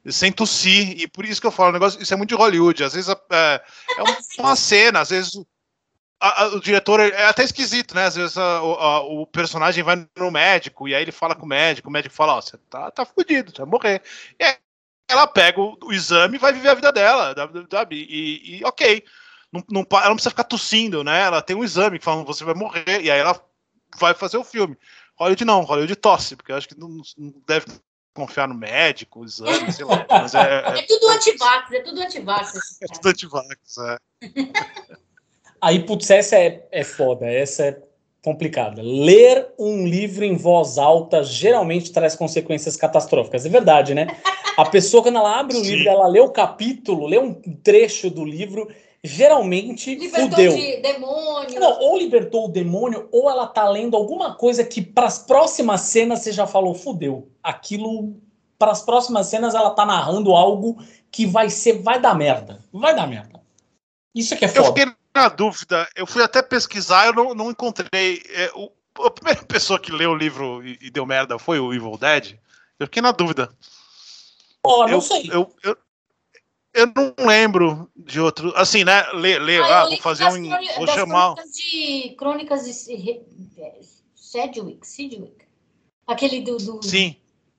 sem tossir, e por isso que eu falo, o negócio, isso é muito de Hollywood, às vezes é uma cena, às vezes o diretor é até esquisito, né? Às vezes o personagem vai no médico e aí ele fala com o médico fala, você tá fudido, você vai morrer. E aí ela pega o exame e vai viver a vida dela, sabe? E ok, ela não precisa ficar tossindo, né? Ela tem um exame que fala, você vai morrer, e aí ela vai fazer o filme. Hollywood não, Hollywood tosse, porque eu acho que não deve confiar no médico, o exame, sei lá. Mas é tudo antivax, é tudo antivax. É tudo antivax, Aí, putz, essa é foda, essa é complicada. Ler um livro em voz alta geralmente traz consequências catastróficas. É verdade, né? A pessoa, quando ela abre o livro, ela lê o capítulo, lê um trecho do livro, geralmente libertou de demônio. Não, ou libertou o demônio, ou ela tá lendo alguma coisa que para as próximas cenas você já falou, fudeu. Aquilo, para as próximas cenas, ela tá narrando algo que vai dar merda. Vai dar merda. Isso que é foda. Eu fiquei na dúvida, eu fui até pesquisar, eu não encontrei. A primeira pessoa que leu o livro e deu merda foi o Evil Dead. Eu fiquei na dúvida. Não sei. Eu não lembro de outro. Assim, né? Vou fazer vou chamar. Crônicas de Sedgwick. Aquele do. Sim.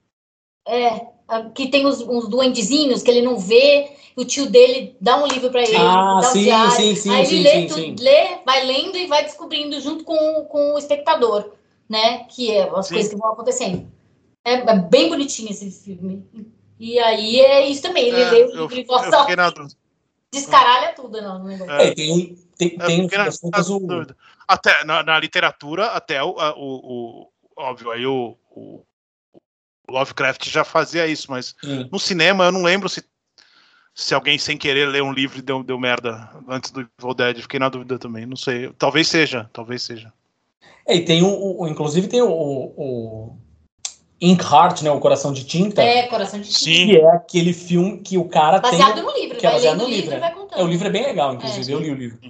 Que tem uns duendezinhos que ele não vê, o tio dele dá um livro para ele, dá um diário, sim, aí ele lê, vai lendo e vai descobrindo junto com o espectador, né? Que é as coisas que vão acontecendo. É bem bonitinho esse filme. E aí é isso também, ele lê o livro em voz alta, descaralha tudo no negócio. Tem até na literatura, até óbvio, aí o Lovecraft já fazia isso, mas no cinema eu não lembro se alguém sem querer lê um livro e deu merda antes do Evil Dead. Fiquei na dúvida também, não sei. Talvez seja. E tem inclusive tem o Inkheart, né, o Coração de Tinta. Coração de Tinta. Sim. Que é aquele filme que o cara baseado no livro. Que é baseado no livro. O livro é bem legal, inclusive. Eu li o livro.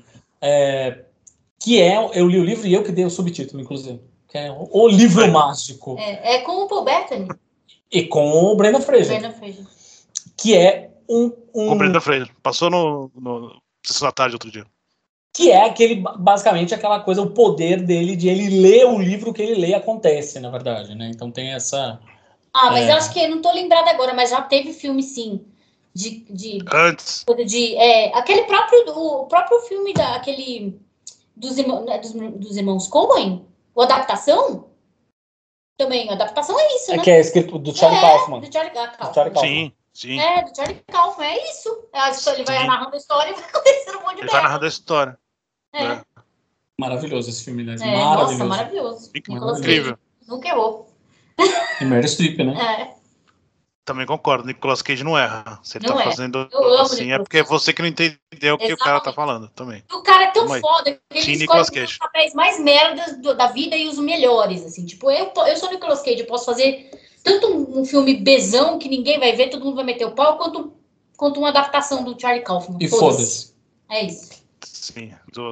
Eu li o livro e eu que dei o subtítulo, inclusive. Que é O Livro Mágico. É com o Paul Bettany. E com o Brendan Fraser. Que é com o Brendan Fraser. Passou no Sessão da Tarde outro dia. Que é basicamente aquela coisa, o poder dele de ele ler o livro que ele lê acontece, na verdade, né? Então tem essa... mas eu acho que, não tô lembrada agora, mas já teve filme, sim. Antes. Aquele o próprio filme dos irmãos Coen, o Adaptação. Também, a adaptação é isso, né? Que é escrito do Charlie Kaufman. Do Charlie Kaufman. Sim. Do Charlie Kaufman, é isso. Ele vai narrando a história e vai acontecendo um monte de merda. Ele vai narrando a história. Maravilhoso esse filme, né? Nossa, maravilhoso. Incrível. Nunca errou. E Meryl Streep, né? Também concordo, Nicolas Cage não erra. Se ele não tá fazendo assim, é porque é você que não entendeu o que o cara tá falando também. O cara é tão foda que ele Nicolas escolhe Cage. os papéis mais merdas da vida e os melhores, assim. Tipo, eu sou Nicolas Cage, eu posso fazer tanto um filme bezão que ninguém vai ver, todo mundo vai meter o pau, quanto uma adaptação do Charlie Kaufman. E foda-se. É isso. Sim,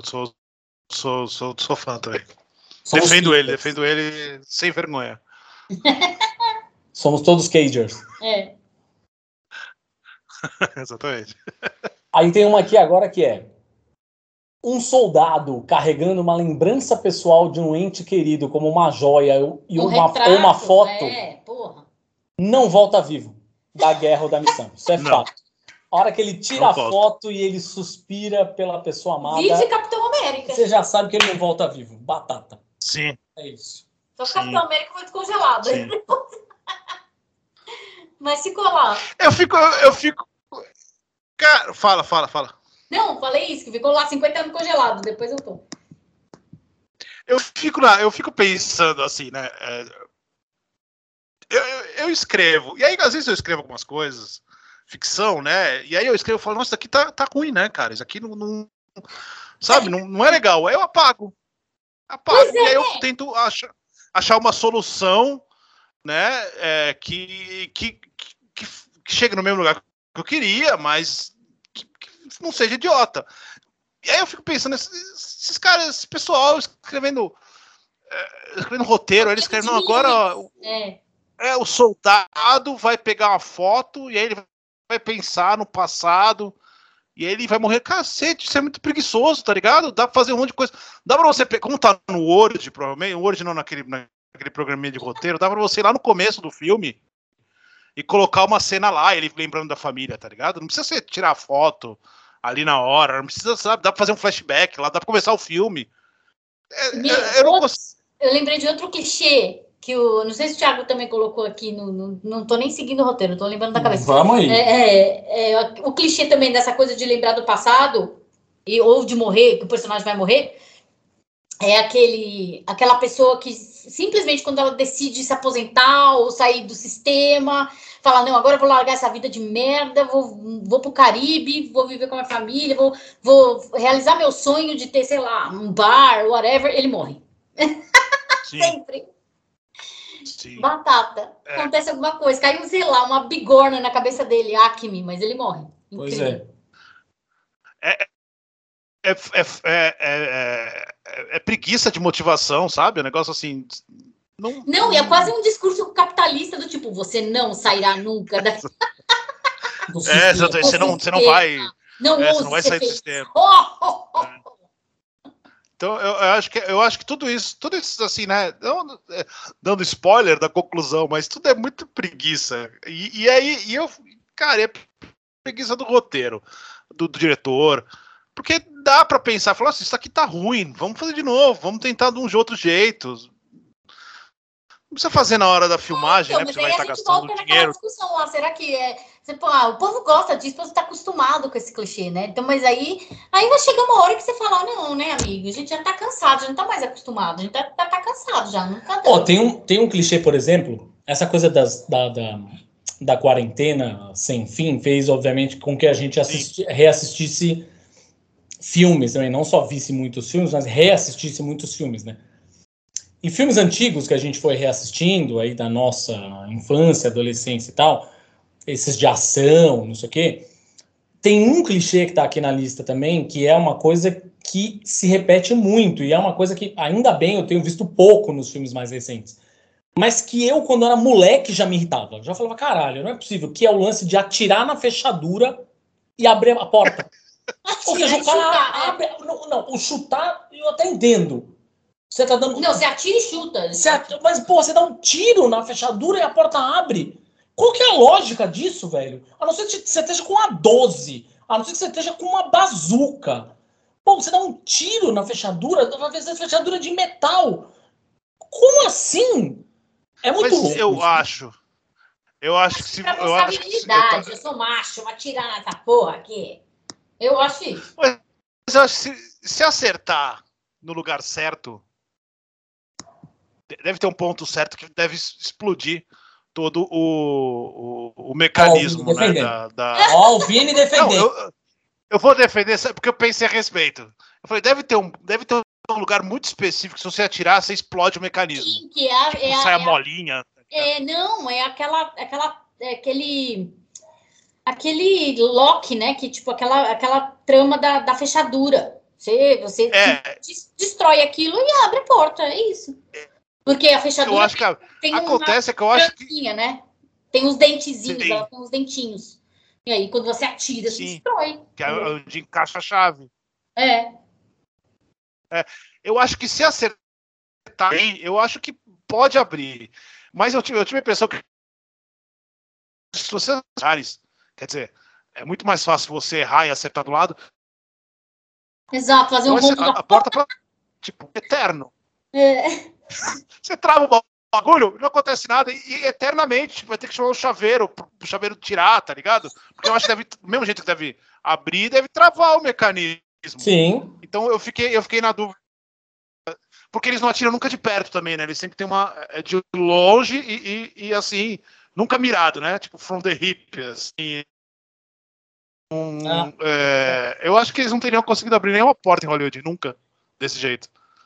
sou fã também. Defendo ele sem vergonha. Somos todos Cagers. Exatamente. Aí tem uma aqui agora que é: um soldado carregando uma lembrança pessoal de um ente querido, como uma joia e uma foto, não volta vivo da guerra ou da missão. Isso é fato. A hora que ele tira a foto e ele suspira pela pessoa amada, vive Capitão América. Você já sabe que ele não volta vivo. Batata. Sim. É isso. Só que o Capitão América foi descongelado. Mas ficou lá. Eu fico... Cara, fala. Não, falei isso, que ficou lá 50 anos congelado. Depois eu tô. Eu fico pensando assim, né? Eu escrevo. E aí, às vezes, eu escrevo algumas coisas, ficção, né? E aí eu escrevo e falo, nossa, isso aqui tá ruim, né, cara? Isso aqui não sabe, não é legal. Aí eu apago. E aí eu tento achar uma solução, né? Que chegue no mesmo lugar que eu queria, mas que não seja idiota. E aí eu fico pensando, esses caras, esse pessoal escrevendo roteiro, eles escrevem, não, agora o soldado vai pegar uma foto e aí ele vai pensar no passado e ele vai morrer. Cacete, isso é muito preguiçoso, tá ligado? Dá pra fazer um monte de coisa. Dá pra você, como tá no Word, provavelmente, Word não naquele programinha de roteiro, dá pra você ir lá no começo do filme e colocar uma cena lá, ele lembrando da família, tá ligado? Não precisa você tirar foto ali na hora, não precisa, sabe? Dá pra fazer um flashback lá, dá pra começar o filme. Eu lembrei de outro clichê que não sei se o Thiago também colocou aqui, não tô nem seguindo o roteiro, tô lembrando da cabeça. Vamos aí. O clichê também dessa coisa de lembrar do passado ou de morrer, que o personagem vai morrer, é aquela pessoa que simplesmente quando ela decide se aposentar ou sair do sistema, fala, não, agora eu vou largar essa vida de merda, vou pro Caribe, vou viver com a minha família, vou realizar meu sonho de ter, sei lá, um bar, whatever, ele morre. Sempre. Sim. Batata. Acontece alguma coisa, caiu, sei lá, uma bigorna na cabeça dele, Acme, mas ele morre. Pois Incrível. É preguiça de motivação, sabe? Um negócio assim. Não, e é quase um discurso capitalista do tipo, você não sairá nunca da... Você não vai. Você não vai sair do sistema. Então, eu acho que tudo isso assim, né? Não, dando spoiler da conclusão, mas tudo é muito preguiça. E aí, cara, é preguiça do roteiro, do diretor. Porque dá pra pensar, falar assim, isso aqui tá ruim, vamos fazer de novo, vamos tentar de um outro jeito. Não precisa fazer na hora da filmagem, né? Porque você vai estar gastando dinheiro. Discussão lá, será que o povo gosta disso, o povo tá acostumado com esse clichê, né? Então, mas aí vai chegar uma hora que você fala, não, né, amigo? A gente já tá cansado, já não tá mais acostumado, a gente tá cansado já, não tá dando. Tem um clichê, por exemplo, essa coisa da quarentena sem fim fez, obviamente, com que a gente reassistisse filmes também, não só visse muitos filmes, mas reassistisse muitos filmes, né? E filmes antigos que a gente foi reassistindo aí da nossa infância, adolescência e tal, esses de ação, não sei o quê, tem um clichê que tá aqui na lista também, que é uma coisa que se repete muito, e é uma coisa que, ainda bem, eu tenho visto pouco nos filmes mais recentes, mas que eu, quando era moleque, já me irritava. Já falava, caralho, não é possível, que é o lance de atirar na fechadura e abrir a porta. Porque o cara abre... Não, o chutar, eu até entendo. Você tá dando... Não, você atira e chuta. Mas, pô, você dá um tiro na fechadura e a porta abre. Qual que é a lógica disso, velho? A não ser que você esteja com uma 12. A não ser que você esteja com uma bazuca. Pô, você dá um tiro na fechadura, às vezes a fechadura de metal. Como assim? É muito louco. Eu acho que se... Eu sou macho, vou atirar nessa porra aqui. Eu acho isso. Mas eu acho que se acertar no lugar certo, deve ter um ponto certo que deve explodir todo o mecanismo, né? Ó, o Vini defendendo. Eu vou defender porque eu pensei a respeito. Eu falei, deve ter um lugar muito específico, se você atirar, você explode o mecanismo. Sim, que sai a molinha. Aquele lock, né? Que tipo aquela trama da fechadura. Você destrói aquilo e abre a porta, é isso. Porque a fechadura eu acho que tem acontece uma que eu acho que né? Tem uns dentezinhos, ela tem uns dentinhos. E aí quando você atira, você destrói. Que é onde encaixa a chave. Eu acho que se acertar bem, eu acho que pode abrir. Mas eu tive a impressão que se você quer dizer, é muito mais fácil você errar e acertar do lado. Exato, fazer um rombo a porta tipo eterno. Você trava o bagulho, não acontece nada e eternamente vai ter que chamar o chaveiro tirar, tá ligado? Porque eu acho que do mesmo jeito que deve abrir, deve travar o mecanismo. Sim. Então eu fiquei na dúvida. Porque eles não atiram nunca de perto também, né? Eles sempre tem de longe e assim, nunca mirado, né? Tipo, from the hip, assim. Eu acho que eles não teriam conseguido abrir nenhuma porta em Hollywood, nunca, desse jeito.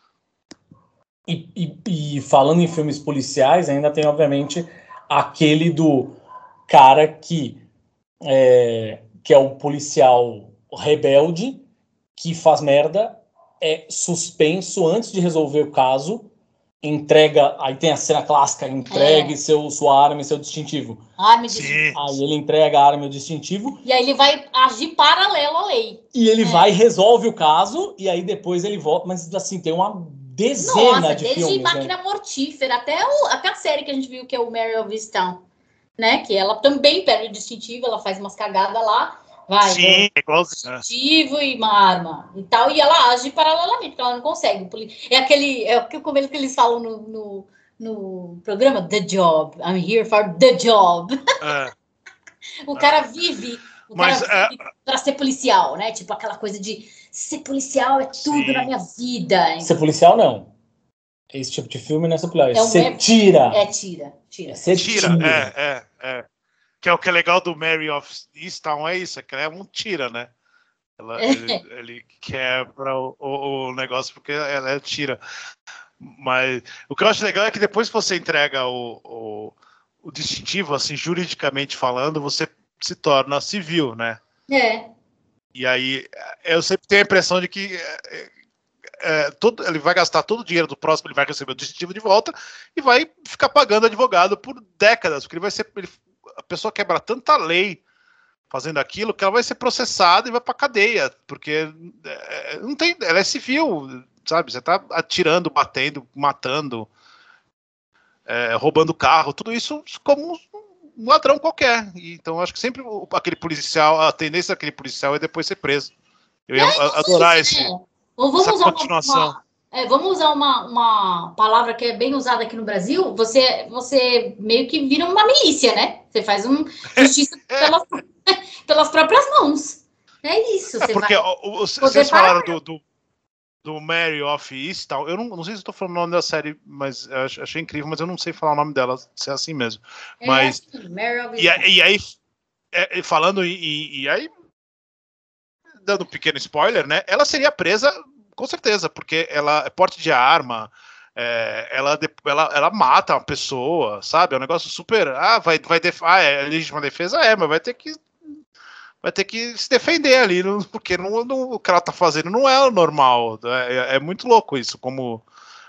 E falando em filmes policiais, ainda tem, obviamente, aquele do cara que é o policial rebelde, que faz merda, é suspenso antes de resolver o caso, entrega, aí tem a cena clássica, entregue sua arma e seu distintivo. Arma e Sim. distintivo. Aí ele entrega a arma e o distintivo. E aí ele vai agir paralelo à lei. E ele vai, resolve o caso, e aí depois ele volta. Mas assim, tem uma dezena de desde filmes. Máquina Mortífera até a série que a gente viu, que é o Mary of Easttown, né? Que ela também perde o distintivo, ela faz umas cagadas lá. Vai, Sim, igualzinho. distintivo e uma arma e tal, e ela age paralelamente, porque ela não consegue. Como eles falam no programa, The Job. I'm here for the job. O cara vive para ser policial, né? Tipo aquela coisa de ser policial é tudo na minha vida. Ser policial, não. Esse tipo de filme não é ser policial. Você tira. Tira. Você tira. Que é o que é legal do Mary of Easttown, é isso, é que ela é um tira, né? Ele quebra o negócio porque ela é tira. Mas o que eu acho legal é que depois que você entrega o distintivo, assim, juridicamente falando, você se torna civil, né? E aí eu sempre tenho a impressão de que ele vai gastar todo o dinheiro do próximo, ele vai receber o distintivo de volta e vai ficar pagando advogado por décadas, porque a pessoa quebra tanta lei fazendo aquilo que ela vai ser processada e vai pra cadeia, porque não tem, ela é civil, sabe? Você tá atirando, batendo, matando, roubando carro, tudo isso como um ladrão qualquer. Então acho que sempre aquele policial, a tendência daquele policial é depois ser preso. Eu ia adorar essa continuação. Vamos usar uma palavra que é bem usada aqui no Brasil. Você meio que vira uma milícia, né? Você faz justiça pelas próprias mãos. É isso. Porque vocês falaram do Mary of Easttown. Eu não sei se estou falando o nome da série, mas eu achei incrível, mas eu não sei falar o nome dela, se é assim mesmo. Mas assim, Mary of e aí falando e aí dando um pequeno spoiler, né? Ela seria presa com certeza, porque ela é porte de arma, ela mata uma pessoa, sabe? É um negócio super. É legítima defesa, mas vai ter que se defender ali, porque o que ela tá fazendo não é o normal. É muito louco isso, como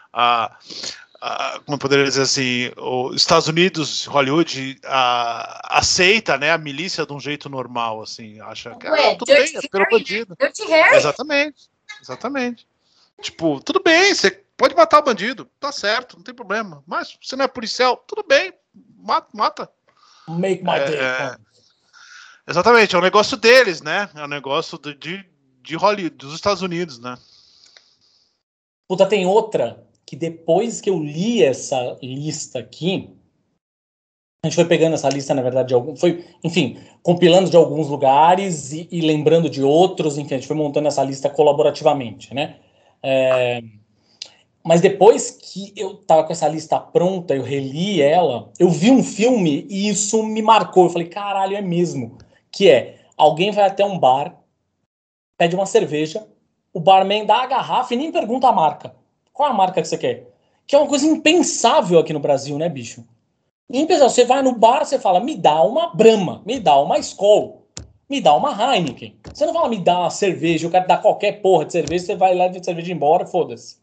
como eu poderia dizer assim, os Estados Unidos, Hollywood, aceita, né, a milícia de um jeito normal, assim, acha que tudo bem, é pelo bandido. Dirty Harry. Exatamente. Tipo, tudo bem, você pode matar o bandido, tá certo, não tem problema. Mas você não é policial, tudo bem, mata. Make my day. Exatamente, é um negócio deles, né? É um negócio de Hollywood, dos Estados Unidos, né? Puta, tem outra que depois que eu li essa lista aqui, a gente foi pegando essa lista, na verdade, enfim, compilando de alguns lugares e lembrando de outros, enfim, a gente foi montando essa lista colaborativamente, né? Mas depois que eu tava com essa lista pronta, eu reli ela, eu vi um filme e isso me marcou. Eu falei, caralho, é mesmo. Que alguém vai até um bar, pede uma cerveja, o barman dá a garrafa e nem pergunta a marca. Qual é a marca que você quer? Que é uma coisa impensável aqui no Brasil, né, bicho? Impensável. Você vai no bar, você fala, me dá uma Brahma, me dá uma Skol, me dá uma Heineken. Você não fala, me dá uma cerveja, o cara dá qualquer porra de cerveja, você vai lá de cerveja embora, foda-se.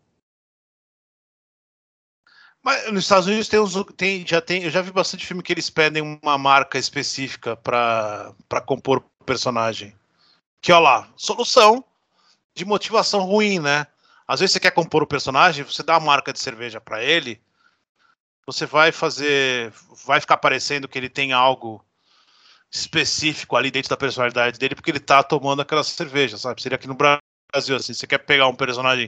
Mas nos Estados Unidos eu já vi bastante filme que eles pedem uma marca específica para compor o personagem. Que, ó lá, solução de motivação ruim, né? Às vezes você quer compor o personagem, você dá a marca de cerveja para ele, você vai ficar parecendo que ele tem algo específico ali dentro da personalidade dele, porque ele tá tomando aquela cerveja, sabe? Seria aqui no Brasil, assim, você quer pegar um personagem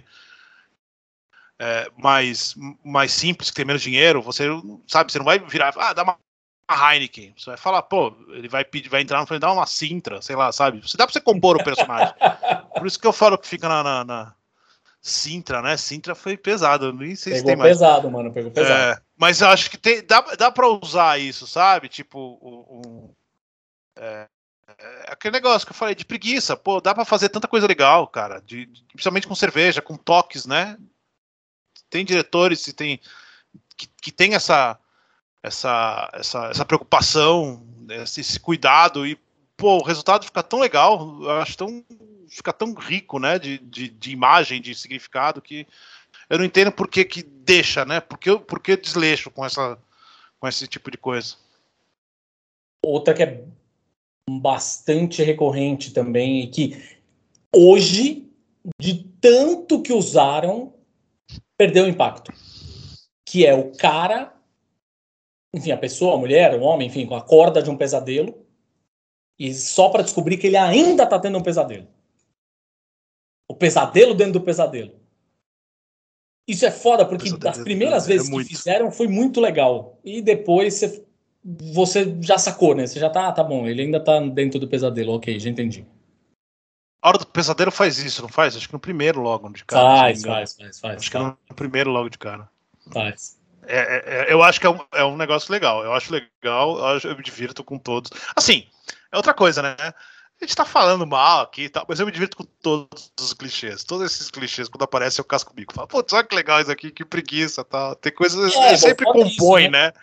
mais simples, que tem menos dinheiro, você não vai virar, dá uma Heineken, você vai falar, pô, ele vai entrar no frente, dá uma Sintra, sei lá, sabe? Dá pra você compor o personagem. Por isso que eu falo que fica na Sintra, né? Sintra foi pesado, nem sei se tem mais. Pegou pesado. Mas eu acho que dá pra usar isso, sabe? Tipo, aquele negócio que eu falei de preguiça, pô, dá pra fazer tanta coisa legal, cara, principalmente com cerveja, com toques, né? Tem diretores que tem essa preocupação, esse cuidado, e pô, o resultado fica tão legal, eu acho fica tão rico, né, de imagem, de significado, que eu não entendo por que deixa, né? Por que desleixo com esse tipo de coisa. Outra que é bastante recorrente também, e que hoje, de tanto que usaram, perdeu o impacto. Que é o cara, enfim, a pessoa, a mulher, o homem, enfim, acorda de um pesadelo e só para descobrir que ele ainda tá tendo um pesadelo. O pesadelo dentro do pesadelo. Isso é foda, porque das primeiras vezes que fizeram foi muito legal. E depois você já sacou, né? Você já tá bom, ele ainda tá dentro do pesadelo. Ok, já entendi. A Hora do Pesadelo faz isso, não faz? Acho que no primeiro logo de cara. Faz. Acho que no primeiro logo de cara. Faz. Eu acho que é um negócio legal. Eu acho legal, eu me divirto com todos. Assim, é outra coisa, né? A gente tá falando mal aqui e tal, mas eu me divirto com todos os clichês. Todos esses clichês, quando aparece, eu casco o bico. Falo, putz, olha que legal isso aqui, que preguiça tal. Tem coisas que sempre compõe, isso, né?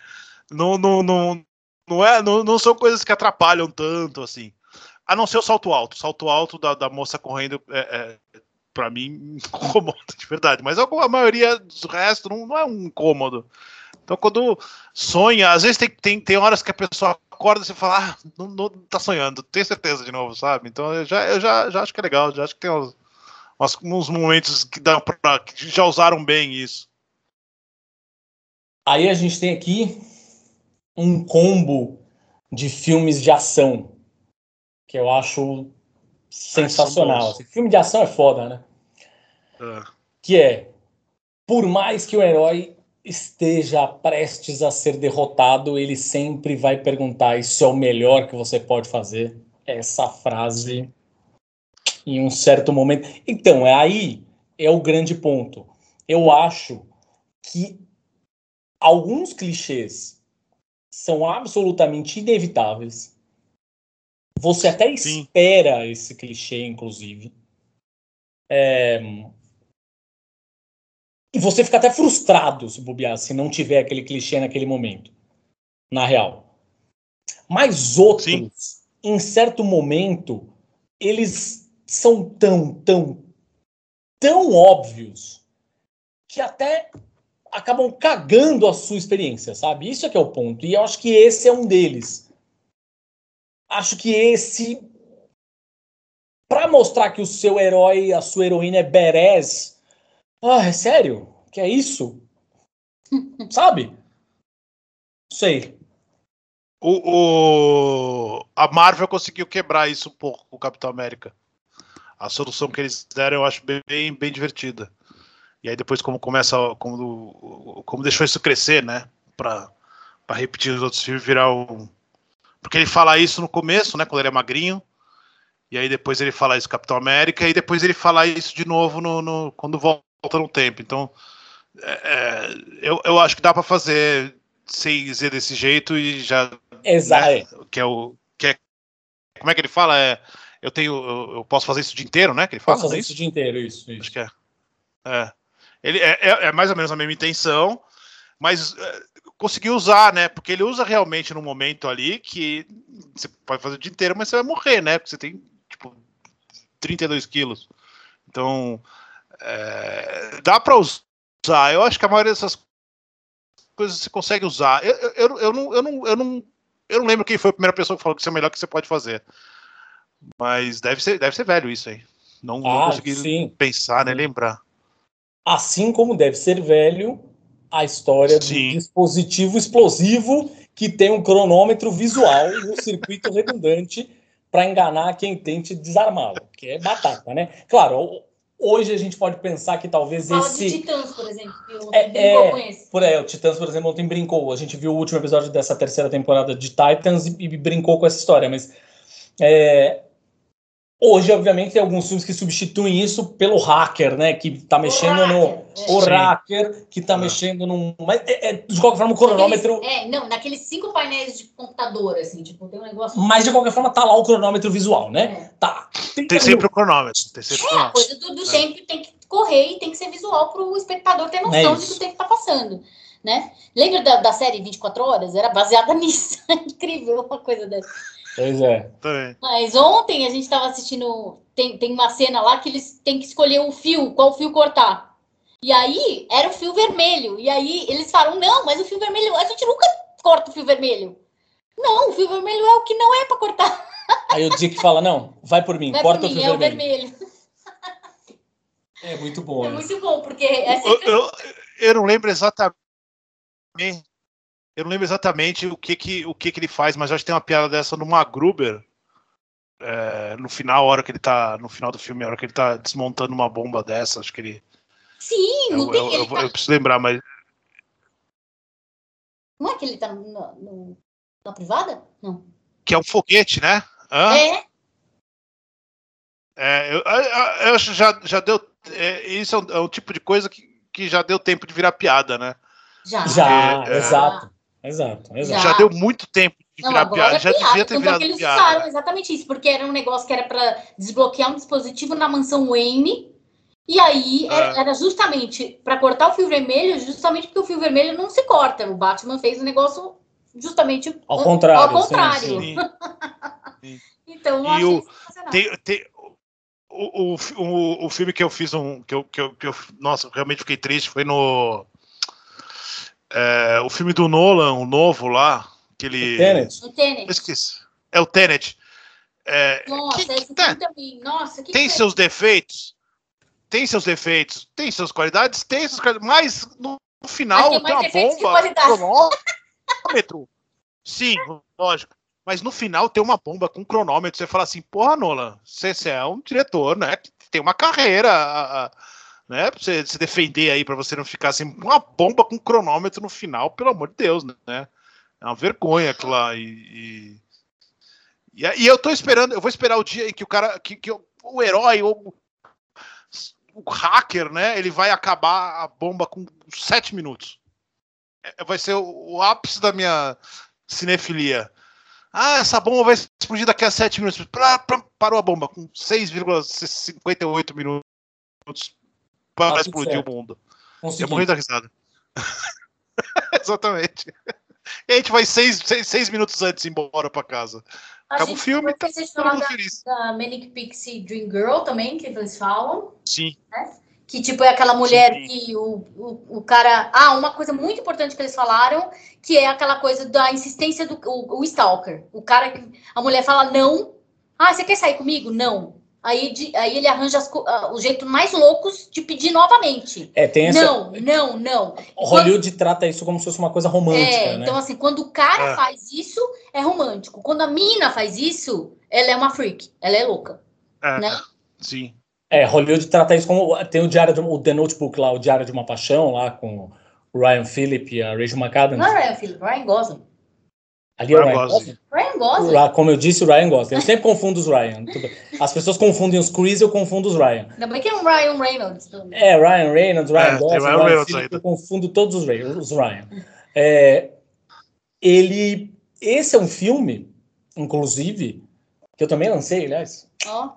Não são coisas que atrapalham tanto, assim. A não ser o salto alto. O salto alto da moça correndo, pra mim, me incomoda de verdade. Mas a maioria do resto não é um incômodo. Então, quando sonha, às vezes tem horas que a pessoa acorda e você fala, não tá sonhando, tenho certeza de novo, sabe? Então, eu já acho que é legal, já acho que tem uns momentos que que já usaram bem isso. Aí a gente tem aqui um combo de filmes de ação que eu acho sensacional. Assim, filme de ação é foda, né? Que é, por mais que o herói esteja prestes a ser derrotado, ele sempre vai perguntar: isso é o melhor que você pode fazer? Essa frase, em um certo momento. Então, aí é o grande ponto. Eu acho que alguns clichês são absolutamente inevitáveis. Você até espera esse clichê, inclusive. E você fica até frustrado se bobear, se não tiver aquele clichê naquele momento. Na real. Mas outros, em certo momento, eles são tão óbvios que até acabam cagando a sua experiência, sabe? Isso é que é o ponto. E eu acho que esse é um deles. Acho que esse, pra mostrar que o seu herói, a sua heroína é badass, é sério? Que é isso? Sabe? Sei. A Marvel conseguiu quebrar isso um pouco com o Capitão América. A solução que eles deram eu acho bem divertida. E aí depois como deixou isso crescer, né? Pra repetir os outros filmes, virar um... Porque ele fala isso no começo, né? Quando ele é magrinho. E aí depois ele fala isso no Capitão América. E depois ele fala isso de novo quando volta no tempo. Então eu acho que dá pra fazer sem dizer desse jeito e já... Exato. Né? Como é que ele fala? Eu posso fazer isso o dia inteiro, né? Que ele fala, posso fazer isso o dia inteiro, isso. Acho que Ele é mais ou menos a mesma intenção, mas conseguiu usar, né? Porque ele usa realmente num momento ali que você pode fazer o dia inteiro, mas você vai morrer, né? Porque você tem, tipo, 32 quilos. Então, dá pra usar. Eu acho que a maioria dessas coisas você consegue usar. Eu não lembro quem foi a primeira pessoa que falou que isso é o melhor que você pode fazer. Mas deve ser velho isso aí. Não consegui pensar, né? Lembrar. Assim como deve ser velho a história do dispositivo explosivo que tem um cronômetro visual e um circuito redundante para enganar quem tente desarmá-lo, que é batata, né? Claro, hoje a gente pode pensar que talvez Fala esse... de Titãs, por exemplo, que ontem brincou com esse. O Titãs, por exemplo, ontem brincou. A gente viu o último episódio dessa terceira temporada de Titans e brincou com essa história, mas... Hoje, obviamente, tem alguns filmes que substituem isso pelo hacker, né? Que tá mexendo o hacker, que tá mexendo num... Mas, de qualquer forma, o cronômetro... naqueles 5 painéis de computador, assim, tipo, tem um negócio... Mas, de qualquer forma, tá lá o cronômetro visual, né? Tá. Tem sempre o cronômetro. A coisa do tempo tem que correr e tem que ser visual pro espectador ter noção de que o tempo tá passando, né? Lembra da série 24 Horas? Era baseada nisso. Incrível uma coisa dessa. Pois é. Mas ontem a gente estava assistindo. Tem uma cena lá que eles têm que escolher o fio, qual fio cortar. E aí, era o fio vermelho. E aí, eles falam, não, mas o fio vermelho, a gente nunca corta o fio vermelho. Não, o fio vermelho é o que não é pra cortar. Aí o Dick fala, não, vai por mim, Vai corta por o mim, fio é o vermelho. vermelho. É muito bom. É né? muito bom, porque é sempre... Eu não lembro exatamente. Eu não lembro exatamente o que ele faz, mas eu acho que tem uma piada dessa no MacGruber. No final, a hora que ele tá. No final do filme, a hora que ele tá desmontando uma bomba dessa, acho que ele. Sim, não tem... Eu preciso lembrar, mas. Não é que ele tá na privada? Não. Que é um foguete, né? Hã? Eu acho que já deu. Isso é um tipo de coisa que já deu tempo de virar piada, né? Exato. Já deu muito tempo de virar piada. Já devia ter virado eles piada. usaram exatamente isso, porque era um negócio que era pra desbloquear um dispositivo na mansão Wayne. E aí era justamente pra cortar o fio vermelho, justamente porque o fio vermelho não se corta. O Batman fez o negócio justamente ao contrário. Sim. Então, eu achei sensacional. O filme que eu fiz nossa, realmente fiquei triste, foi no o filme do Nolan, o novo lá, aquele... O Tenet. Esqueci. É o Tenet. Nossa, esse filme também. Nossa, tem seus defeitos, tem suas qualidades, mas no final tem mais tem uma bomba, cronômetro. Sim, lógico. Mas no final tem uma bomba com cronômetro. Você fala assim, porra, Nolan, você é um diretor, né? Tem uma carreira, né? Pra você se defender aí, pra você não ficar assim, uma bomba com cronômetro no final, pelo amor de Deus, né? É uma vergonha aquilo lá. E eu tô esperando, eu vou esperar o dia em que o cara, que o herói, o hacker, né? Ele vai acabar a bomba com 7 minutos. Vai ser o ápice da minha cinefilia. Essa bomba vai explodir daqui a 7 minutos. Parou a bomba com 6,58 minutos para explodir o mundo. Eu morri da risada. Exatamente. E a gente vai 6 minutos antes embora para casa. Acaba o filme e tá todo mundo feliz. Da Manic Pixie Dream Girl também, que eles falam. Sim. Né? Que tipo é aquela mulher que o cara... uma coisa muito importante que eles falaram, que é aquela coisa da insistência do o stalker. O cara que... A mulher fala não. Você quer sair comigo? Não. Aí ele arranja os jeitos mais loucos de pedir novamente. Tem essa... Não. Hollywood trata isso como se fosse uma coisa romântica, né? Então assim, quando o cara faz isso, é romântico. Quando a mina faz isso, ela é uma freak. Ela é louca. Né? Sim. Hollywood trata isso como... Tem o The Notebook lá, o Diário de uma Paixão, lá com o Ryan Phillippe e a Rachel McAdams. Não é Ryan Phillippe, Ryan Gosling. Ali é o Ryan Gosling? Ryan Gosling. Como eu disse, o Ryan Gosling. Eu sempre confundo os Ryan. As pessoas confundem os Chris, eu confundo os Ryan. Ainda bem que é um Ryan Reynolds. Ryan Reynolds, Ryan Gosling, Ryan Phillippe, eu confundo todos os Ryan. Esse é um filme, inclusive, que eu também lancei, aliás.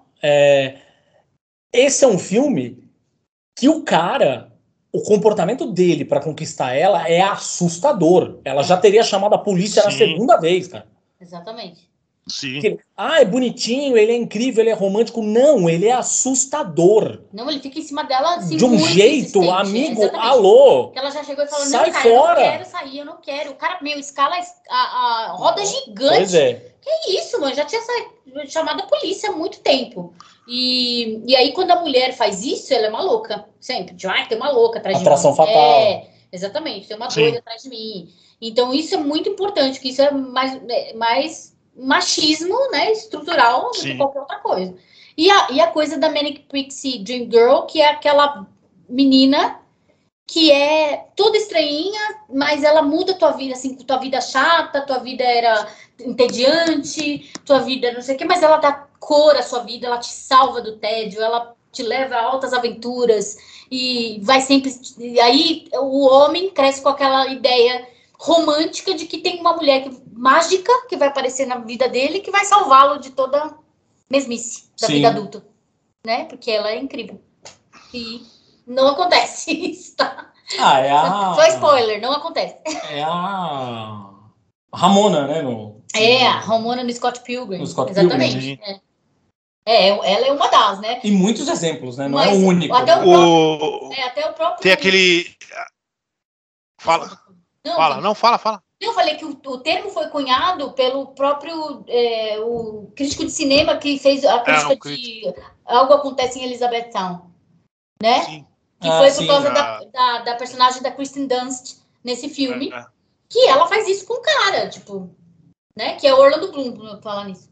Esse é um filme que o comportamento dele para conquistar ela é assustador. Ela já teria chamado a polícia na segunda vez, cara. Exatamente. Sim. Porque, é bonitinho, ele é incrível, ele é romântico. Não, ele é assustador. Não, ele fica em cima dela assim, de um muito jeito, insistente. amigo, Exatamente. alô. Que ela já chegou e falou, sai não, cara, fora. eu não quero sair, eu não quero. O cara, escala a roda gigante. Pois é. Que isso, mano, já tinha chamado a polícia há muito tempo. E aí, quando a mulher faz isso, ela é uma louca. Sempre. Tem uma louca atrás de mim. Atração fatal. Exatamente, tem uma doida atrás de mim. Então, isso é muito importante, porque isso é mais machismo, né, estrutural do que qualquer outra coisa. E a coisa da Manic Pixie Dream Girl, que é aquela menina que é toda estranhinha, mas ela muda tua vida, assim, tua vida chata, tua vida era entediante, tua vida não sei o quê, mas ela dá cor à sua vida, ela te salva do tédio, ela te leva a altas aventuras e vai sempre... E aí o homem cresce com aquela ideia romântica de que tem uma mulher mágica que vai aparecer na vida dele que vai salvá-lo de toda mesmice da vida adulta, né? Porque ela é incrível. E não acontece isso, tá? Só spoiler, não acontece. É a Ramona, né? A Ramona no Scott Pilgrim. No Scott exatamente. Pilgrim. Ela é uma das, né? E muitos exemplos, né? Não Mas é o único. até o próprio, até o próprio... Tem aquele... Fala. Fala. Eu falei que o termo foi cunhado pelo próprio o crítico de cinema que fez a crítica de Algo Acontece em Elizabethtown, né? Sim. Que foi por causa da personagem da Kristen Dunst nesse filme, que ela faz isso com o cara, tipo, né? Que é o Orlando Bloom, falar nisso.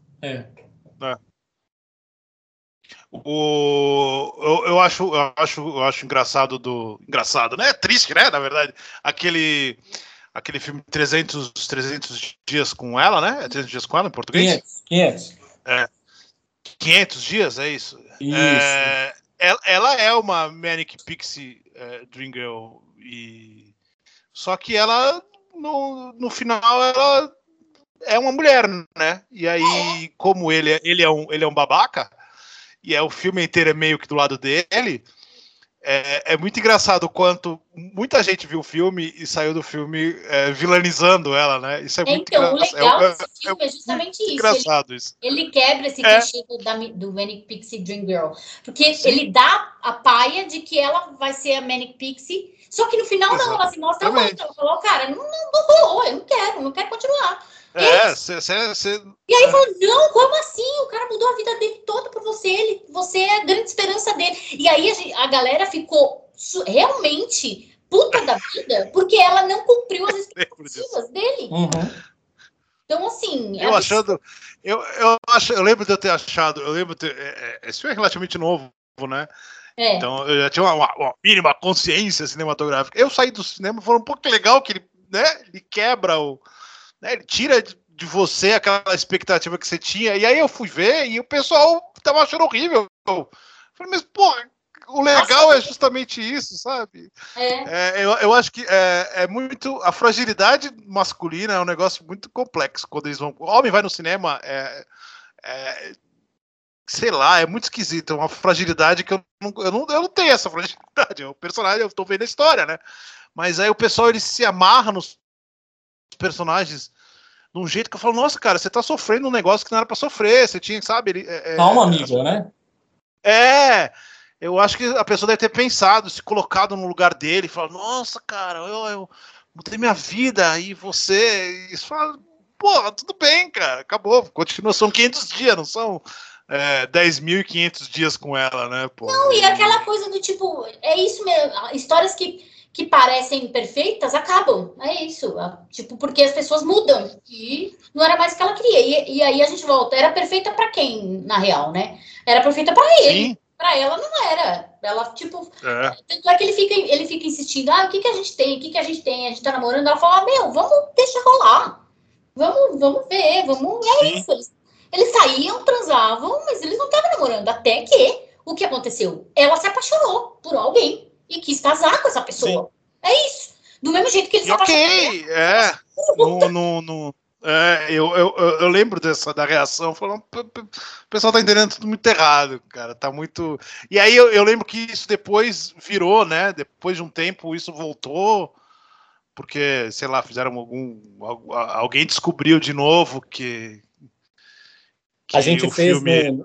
Eu acho engraçado, né? É triste, né? Na verdade, aquele filme 300 dias com ela, né? É 300 dias com ela em português? 500. 500 dias, é isso. Isso. Ela é uma Manic Pixie Dream Girl, só que ela, no final, ela é uma mulher, né? E aí, como ele é um babaca, e o filme inteiro é meio que do lado dele, é muito engraçado o quanto muita gente viu o filme e saiu do filme vilanizando ela, né? Isso é muito engraçado. O legal desse filme é justamente isso. Engraçado isso. Ele quebra esse clichê do Manic Pixie Dream Girl. Porque ele dá a paia de que ela vai ser a Manic Pixie, só que no final não, ela se mostra outra. Ela falou, cara, não rolou, eu não quero continuar. E aí falou, não, como assim? O cara mudou a vida dele toda por você, você é a grande esperança dele. E aí a galera ficou realmente puta da vida, porque ela não cumpriu as expectativas dele. Então, assim... Eu lembro de eu ter achado... esse filme é relativamente novo, né? Então, eu já tinha uma mínima consciência cinematográfica. Eu saí do cinema falando, pô, que legal que ele quebra ele tira de você aquela expectativa que você tinha. E aí eu fui ver e o pessoal tava achando horrível. Eu falei, mas, pô, o legal é justamente isso, sabe? Eu acho que é muito... A fragilidade masculina é um negócio muito complexo. Quando eles vão... O homem vai no cinema, sei lá, é muito esquisito. É uma fragilidade que eu não tenho essa fragilidade. O personagem, eu tô vendo a história, né? Mas aí o pessoal, ele se amarra nos personagens de um jeito que eu falo, nossa, cara, você tá sofrendo um negócio que não era pra sofrer, você tinha, sabe? Calma, amigo, né? Eu acho que a pessoa deve ter pensado, se colocado no lugar dele, e falar, nossa, cara, eu mudei minha vida, e você... E fala, pô, tudo bem, cara, acabou, continua, são 500 dias, não são 10.500 dias com ela, né? Pô, não, e aquela coisa do tipo, é isso mesmo, histórias que parecem perfeitas, acabam. É isso. Tipo, porque as pessoas mudam. E não era mais o que ela queria. E aí a gente volta. Era perfeita pra quem, na real, né? Era perfeita pra ele. Sim. Pra ela não era. Ela, tipo... Tanto é que ele fica insistindo. O que a gente tem? O que a gente tem? A gente tá namorando. Ela fala, vamos deixar rolar. Vamos ver. Isso. Eles saíam, transavam, mas eles não estavam namorando. Até que, o que aconteceu? Ela se apaixonou por alguém. E quis casar com essa pessoa. Sim. É isso. Do mesmo jeito que ele se apaixonou. Eu lembro da reação, falando, o pessoal tá entendendo tudo muito errado, cara, tá muito... E aí eu lembro que isso depois virou, né, depois de um tempo isso voltou, porque, sei lá, fizeram alguém descobriu de novo que a gente fez filme...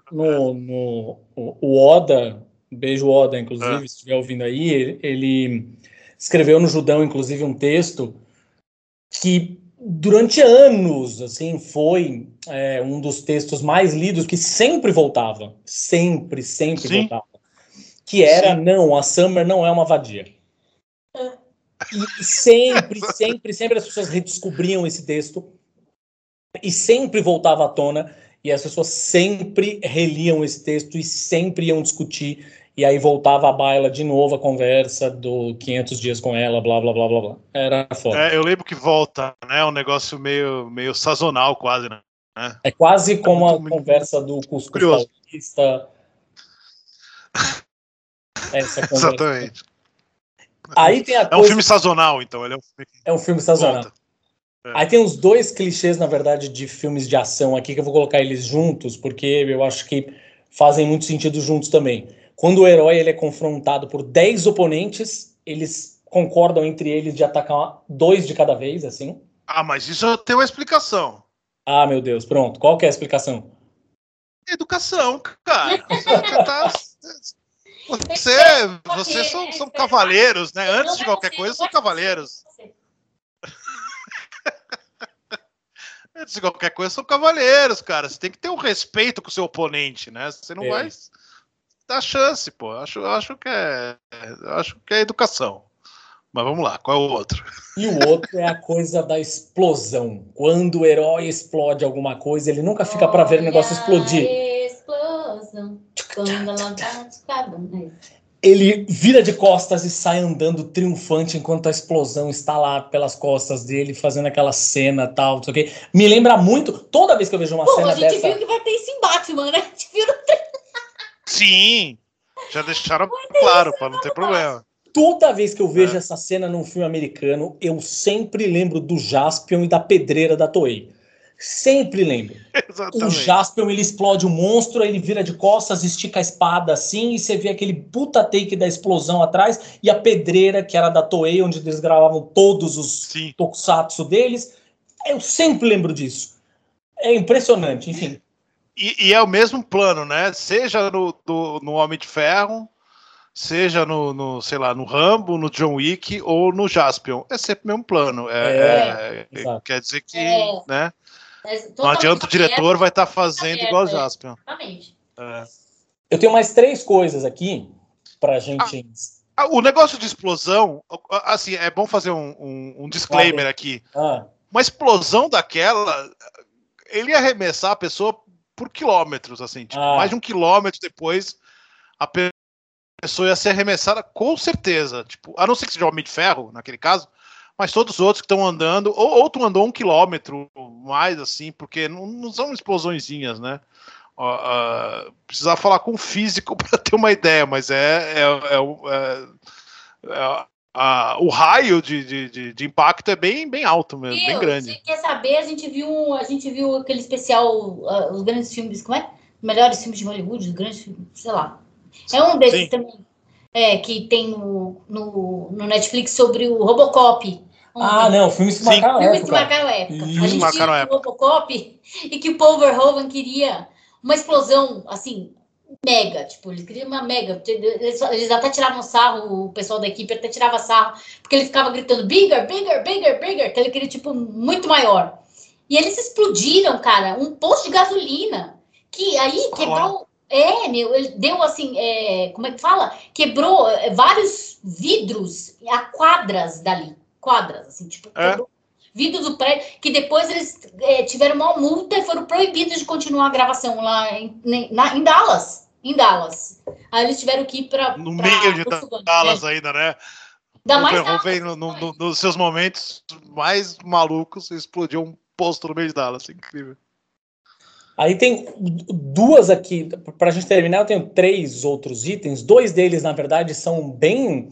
o Oda, beijo Oda, inclusive, se estiver ouvindo aí, ele escreveu no Judão, inclusive, um texto que durante anos, assim, foi um dos textos mais lidos, que sempre voltava, sempre voltava, que era, não, a Summer não é uma vadia. E sempre as pessoas redescobriam esse texto e sempre voltava à tona, e as pessoas sempre reliam esse texto e sempre iam discutir, e aí voltava a baila de novo a conversa do 500 dias com ela, blá, blá, blá, blá, blá. Era foda. Eu lembro que volta, né? Um negócio meio sazonal quase, né? É quase como a conversa do Cuscuz Paulista. Essa conversa. Exatamente. Aí tem um filme sazonal, então. Ele é um filme sazonal. Aí tem os dois clichês, na verdade, de filmes de ação aqui, que eu vou colocar eles juntos, porque eu acho que fazem muito sentido juntos também. Quando o herói ele é confrontado por 10 oponentes, eles concordam entre eles de atacar 2 de cada vez, assim. Mas isso tem uma explicação. Meu Deus, pronto. Qual que é a explicação? Educação, cara. Vocês são cavaleiros, né? Antes de qualquer coisa, são cavaleiros. Antes de qualquer coisa, são cavaleiros, cara. Você tem que ter um respeito com o seu oponente, né? Você não vai dar chance, pô. Acho que é educação. Mas vamos lá, qual é o outro? E o outro é a coisa da explosão. Quando o herói explode alguma coisa, ele nunca fica pra ver o negócio explodir. Explosão. Quando ela bate cada vez. Ele vira de costas e sai andando triunfante enquanto a explosão está lá pelas costas dele, fazendo aquela cena tal, não sei o quê. Me lembra muito, toda vez que eu vejo uma cena dessa... a gente viu que vai ter isso em Batman, né? A gente viu no trailer. Sim, já deixaram claro, para não ter problema. Toda vez que eu vejo essa cena num filme americano, eu sempre lembro do Jaspion e da pedreira da Toei. Sempre lembro. Exatamente. O Jaspion, ele explode o monstro, ele vira de costas, estica a espada assim, e você vê aquele puta take da explosão atrás, e a pedreira, que era da Toei, onde eles gravavam todos os tokusatsu deles. Eu sempre lembro disso. É impressionante, enfim. E é o mesmo plano, né? Seja no Homem de Ferro, seja sei lá, no Rambo, no John Wick ou no Jaspion. É sempre o mesmo plano. Quer dizer que, né? Não adianta o diretor vai estar fazendo igual o Jaspion. Exatamente. Eu tenho mais 3 coisas aqui pra gente... O negócio de explosão, assim, é bom fazer um disclaimer aqui. Uma explosão daquela, ele ia arremessar a pessoa por quilômetros, assim, tipo, mais de 1 quilômetro depois, a pessoa ia ser arremessada com certeza, tipo, a não ser que seja o Homem de Ferro, naquele caso, mas todos os outros que estão andando, ou tu andou 1 quilômetro mais, assim, porque não são explosõezinhas, né? Precisava falar com um físico para ter uma ideia, mas o raio de impacto é bem alto mesmo, bem grande. Você quer saber? A gente viu aquele especial, os grandes filmes, como é? Melhores filmes de Hollywood, os grandes filmes, sei lá. É um desses também, que tem no Netflix sobre o Robocop. Filmes que marcaram a época. Filmes que marcaram a época. A gente viu o Robocop e que o Paul Verhoeven queria uma explosão, assim, mega, tipo, eles queriam uma mega, eles até tiravam sarro, o pessoal da equipe até tirava sarro, porque ele ficava gritando bigger, bigger, bigger, bigger, que ele queria, tipo, muito maior. E eles explodiram, cara, um posto de gasolina, que aí quebrou, ele deu assim, como é que fala? Quebrou vários vidros a quadras dali, assim, tipo, quebrou vidros do prédio, que depois eles tiveram uma multa e foram proibidos de continuar a gravação lá em Dallas. Aí eles tiveram que ir no meio de Dallas ainda, né? Nos seus momentos mais malucos, explodiu um posto no meio de Dallas. Incrível. Aí tem 2 aqui, pra gente terminar, eu tenho 3 outros itens. 2 deles, na verdade, são bem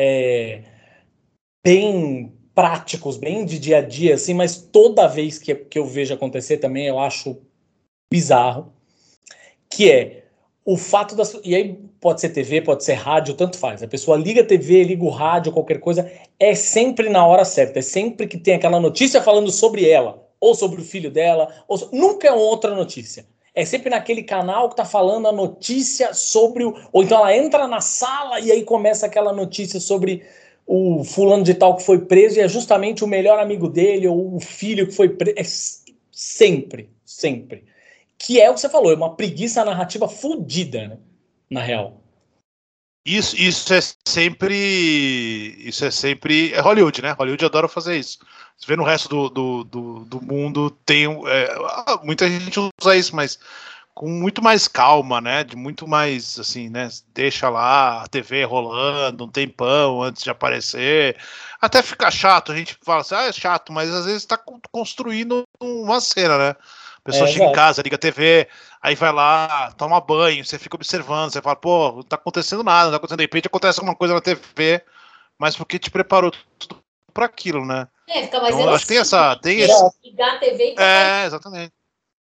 práticos, bem de dia a dia, assim, mas toda vez que eu vejo acontecer também, eu acho bizarro, que é o fato das... E aí pode ser TV, pode ser rádio, tanto faz. A pessoa liga a TV, liga o rádio, qualquer coisa, é sempre na hora certa, é sempre que tem aquela notícia falando sobre ela, ou sobre o filho dela, nunca é outra notícia. É sempre naquele canal que tá falando a notícia sobre o... Ou então ela entra na sala e aí começa aquela notícia sobre o fulano de tal que foi preso e é justamente o melhor amigo dele ou o filho que foi preso. É sempre. Que é o que você falou, é uma preguiça narrativa fodida, né? Na real. Isso é sempre Hollywood, né? Hollywood adora fazer isso. Você vê no resto do mundo, tem muita gente usa isso, mas com muito mais calma, né? De muito mais, assim, né? Deixa lá a TV rolando um tempão antes de aparecer. Até fica chato, a gente fala assim, é chato, mas às vezes está construindo uma cena, né? A pessoa chega em casa, liga a TV, aí vai lá, toma banho, você fica observando, você fala, pô, não tá acontecendo nada, não tá acontecendo, de repente acontece alguma coisa na TV, mas porque te preparou tudo para aquilo, né? Fica mais então, acho que tem ligar a TV e exatamente.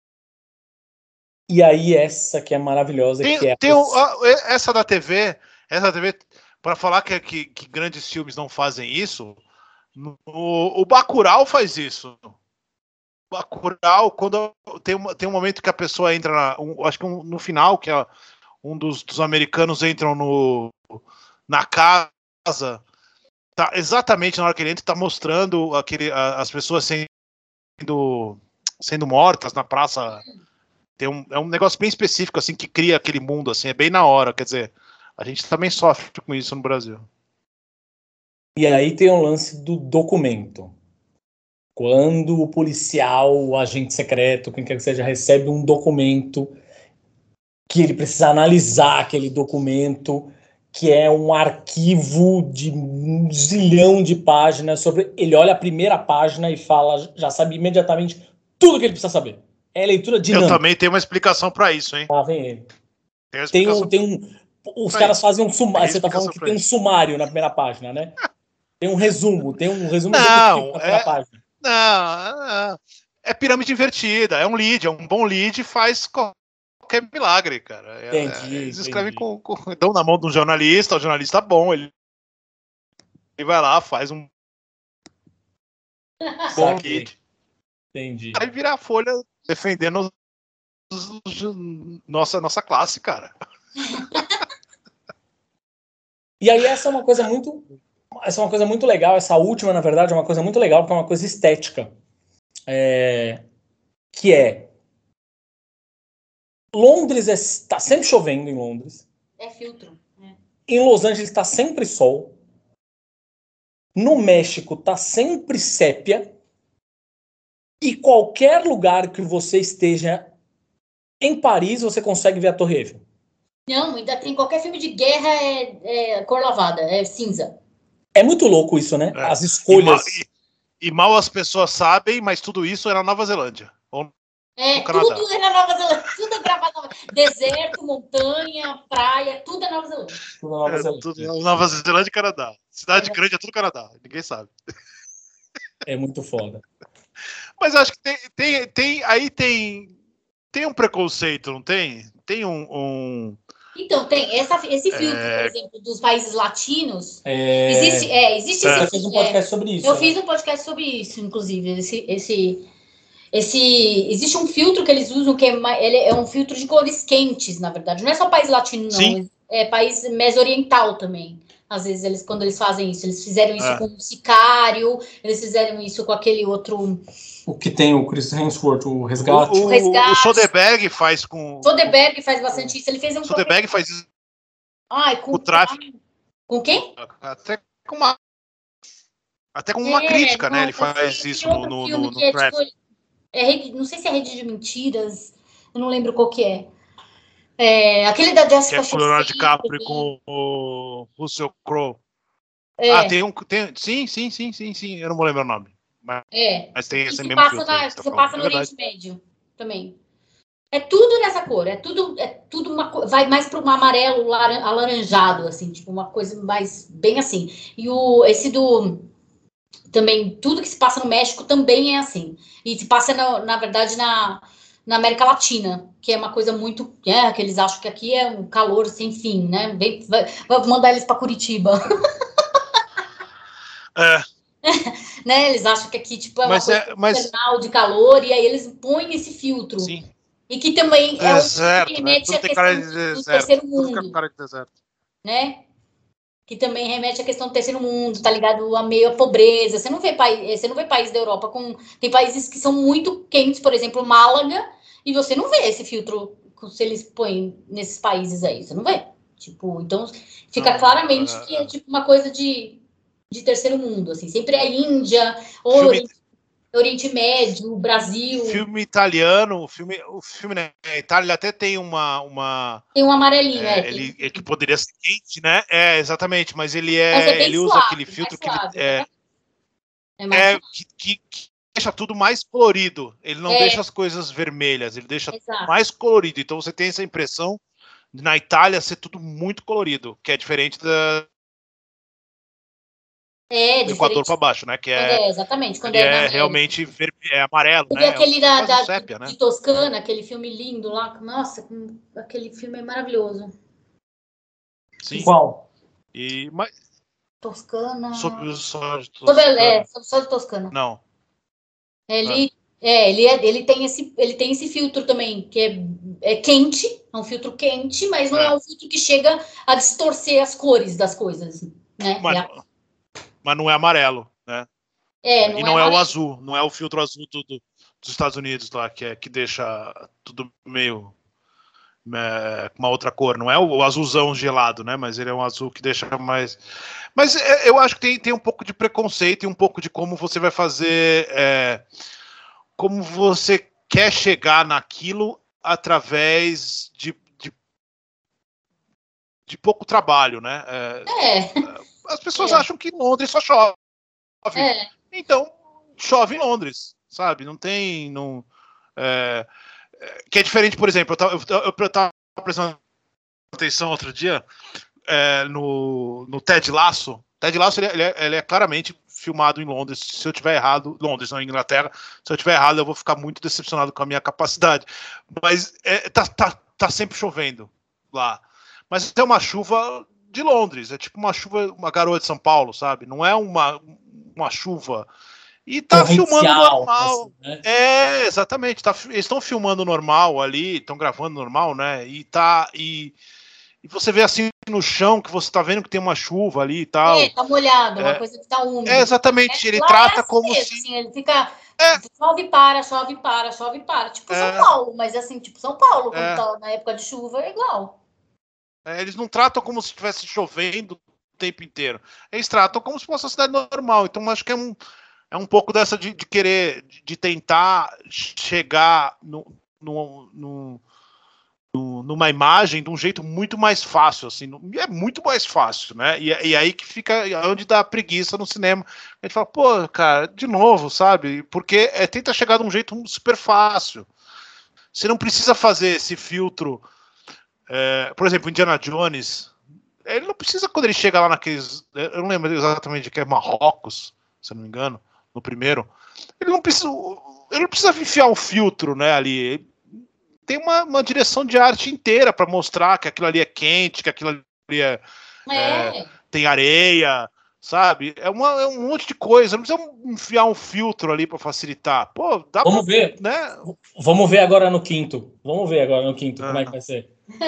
E aí essa que é maravilhosa, essa da TV, para falar que grandes filmes não fazem isso, o Bacurau faz isso. Bacurau, quando tem um momento que a pessoa entra, acho que no final, que um dos americanos entram na casa, tá, exatamente na hora que ele entra, tá mostrando as pessoas sendo mortas na praça. É um negócio bem específico, assim, que cria aquele mundo, assim, é bem na hora, quer dizer, a gente também sofre com isso no Brasil. E aí tem o lance do documento. Quando o policial, o agente secreto, quem quer que seja, recebe um documento que ele precisa analisar aquele documento, que é um arquivo de 1 zilhão de páginas sobre... Ele olha a primeira página e fala, já sabe imediatamente tudo que ele precisa saber. É leitura dinâmica. Eu também tenho uma explicação para isso, hein? Lá vem ele. Tem os caras fazem um sumário. Você tá falando que tem um sumário na primeira página, né? Tem um resumo na primeira página. Não, é pirâmide invertida, é um lead, é um bom lead, faz qualquer milagre, cara. Eles escrevem dão na mão de um jornalista, o jornalista bom, ele vai lá, faz um bom lead. Entendi. Aí vira a Folha defendendo nossa classe, cara. E aí essa é uma coisa muito legal, essa última, na verdade, é uma coisa muito legal, porque é uma coisa estética. Que é Londres está sempre chovendo em Londres. É filtro. Né? Em Los Angeles está sempre sol. No México está sempre sépia. E qualquer lugar que você esteja em Paris, você consegue ver a Torre Eiffel. Não, ainda tem qualquer filme de guerra é cor lavada, é cinza. É muito louco isso, né? As escolhas. E mal as pessoas sabem, mas tudo isso é na Nova Zelândia. Ou no Canadá. Tudo é na Nova Zelândia. Tudo é gravado. Deserto, montanha, praia, tudo é Nova Zelândia. Tudo é Nova Zelândia e Canadá. Cidade grande é tudo Canadá. Ninguém sabe. É muito foda. Mas eu acho que tem um preconceito, não tem? Tem Então, tem esse filtro, por exemplo, dos países latinos. Existe esse. Você fez um podcast sobre isso. Eu fiz um podcast sobre isso, inclusive. Existe um filtro que eles usam que ele é um filtro de cores quentes, na verdade. Não é só país latino, não. Sim. É país meso-oriental também. Às vezes, quando eles fazem isso, eles fizeram isso com o Sicário, eles fizeram isso com aquele outro... O que tem o Chris Hemsworth, o Resgate. O Soderbergh faz com... Soderbergh faz bastante isso. Ele fez um... Soderbergh faz isso com o tráfico. Com quem? Até com uma crítica, né? Ele faz isso no tráfico. Não sei se é Rede de Mentiras, eu não lembro qual que é. Aquele da Jessica Chastain. Que é com o Leonardo DiCaprio com o Russell Crowe. Sim, eu não vou lembrar o nome. Mas tem esse mesmo filme. Você passa no Oriente Médio também. É tudo nessa cor, é tudo vai mais para um amarelo alaranjado, assim, tipo uma coisa mais bem assim. E também, tudo que se passa no México também é assim. E se passa, na verdade, na América Latina, que é uma coisa muito... que eles acham que aqui é um calor sem fim, né? Vai mandar eles para Curitiba. Né? Eles acham que aqui tipo, é uma coisa infernal de calor, e aí eles põem esse filtro. Sim. E que também deserto, que remete né? à questão do terceiro mundo. Cara de deserto. Né? Que também remete à questão do terceiro mundo, tá ligado? A meio a pobreza. Você não vê país da Europa tem países que são muito quentes, por exemplo, Málaga, e você não vê esse filtro se eles põem nesses países aí, você não vê. Tipo, então fica claramente que é tipo uma coisa de terceiro mundo, assim, sempre é Índia, Oriente Médio, Brasil. Filme italiano, o filme na Itália até tem tem um amarelinho, que poderia ser quente, né? Exatamente, mas ele usa aquele filtro que deixa tudo mais colorido. Ele não deixa as coisas vermelhas, ele deixa mais colorido. Então você tem essa impressão de na Itália ser tudo muito colorido, que é diferente do Equador para baixo, né? Que exatamente. Quando realmente amarelo, né? Aquele sépia, né? de Toscana, aquele filme lindo lá. Nossa, aquele filme é maravilhoso. Sim. Qual? Toscana. Só de Toscana. Só de Toscana. Não. Ele tem esse filtro também, que é quente, é um filtro quente, mas não é um filtro que chega a distorcer as cores das coisas, né? Mas não é amarelo, né? E não é o azul, não é o filtro azul dos Estados Unidos lá, que deixa tudo meio com uma outra cor. Não é o azulzão gelado, né? Mas ele é um azul que deixa mais... Mas eu acho que tem um pouco de preconceito e um pouco de como você vai fazer... como você quer chegar naquilo através de pouco trabalho, né? As pessoas acham que em Londres só chove. Então, chove em Londres, sabe? Não tem... que é diferente, por exemplo, eu tava prestando atenção outro dia no Ted Lasso. Ted Lasso, ele é claramente filmado em Londres. Se eu tiver errado, Londres, não, Inglaterra, se eu tiver errado, eu vou ficar muito decepcionado com a minha capacidade. Mas tá sempre chovendo lá. Mas é uma chuva de Londres, é tipo uma garoa de São Paulo, sabe? Não é uma chuva... E tá filmando normal. Assim, né? Exatamente. Eles estão filmando normal ali, estão gravando normal, né? E você vê assim no chão que você tá vendo que tem uma chuva ali e tal. Tá molhado, uma coisa que tá úmida. Exatamente. Ele trata como mesmo, se... assim, ele fica... Chove, para, chove, para, chove, para. Tipo São Paulo, mas assim, tipo São Paulo, quando tá na época de chuva, é igual. Eles não tratam como se estivesse chovendo o tempo inteiro. Eles tratam como se fosse uma cidade normal. Então, acho que é um pouco dessa de querer, de tentar chegar numa imagem de um jeito muito mais fácil, assim, é muito mais fácil, né? E aí que fica onde dá preguiça no cinema. A gente fala, pô, cara, de novo, sabe? Porque tenta chegar de um jeito super fácil. Você não precisa fazer esse filtro. Por exemplo, Indiana Jones, ele não precisa, quando ele chega lá naqueles... Eu não lembro exatamente de que é Marrocos, se eu não me engano, no primeiro. Ele não precisa enfiar um filtro, né, ali. Tem uma direção de arte inteira para mostrar que aquilo ali é quente, que aquilo ali tem areia, sabe? É um monte de coisa. Não precisa enfiar um filtro ali para facilitar. Pô, dá Vamos ver. Né? Vamos ver agora no quinto. Como é que vai ser.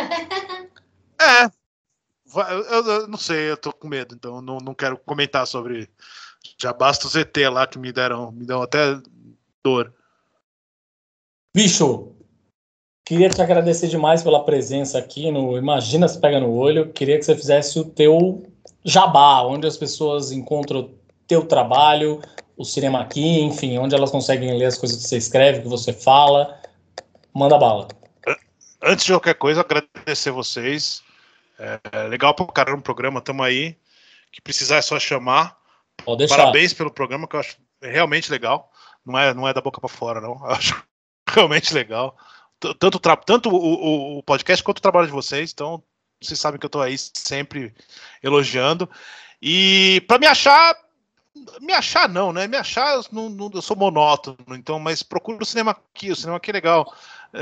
Eu não sei, eu tô com medo, então não quero comentar sobre... Já basta os ET lá que me dão até dor. Bicho, queria te agradecer demais pela presença aqui no Imagina Se Pega no Olho. Queria que você fizesse o teu jabá, onde as pessoas encontram o teu trabalho, o Cinema Aqui, enfim, onde elas conseguem ler as coisas que você escreve, que você fala. Manda bala. Antes de qualquer coisa, agradecer vocês. Legal pra caramba o programa, tamo aí. Que precisar é só chamar. Pode deixar. Parabéns pelo programa, que eu acho realmente legal. Não é da boca pra fora, não. Eu acho realmente legal. Tanto o podcast quanto o trabalho de vocês. Então, vocês sabem que eu tô aí sempre elogiando. E pra me achar não, né? Me achar, eu sou monótono, então, mas procura o Cinema Aqui. O Cinema Aqui é legal.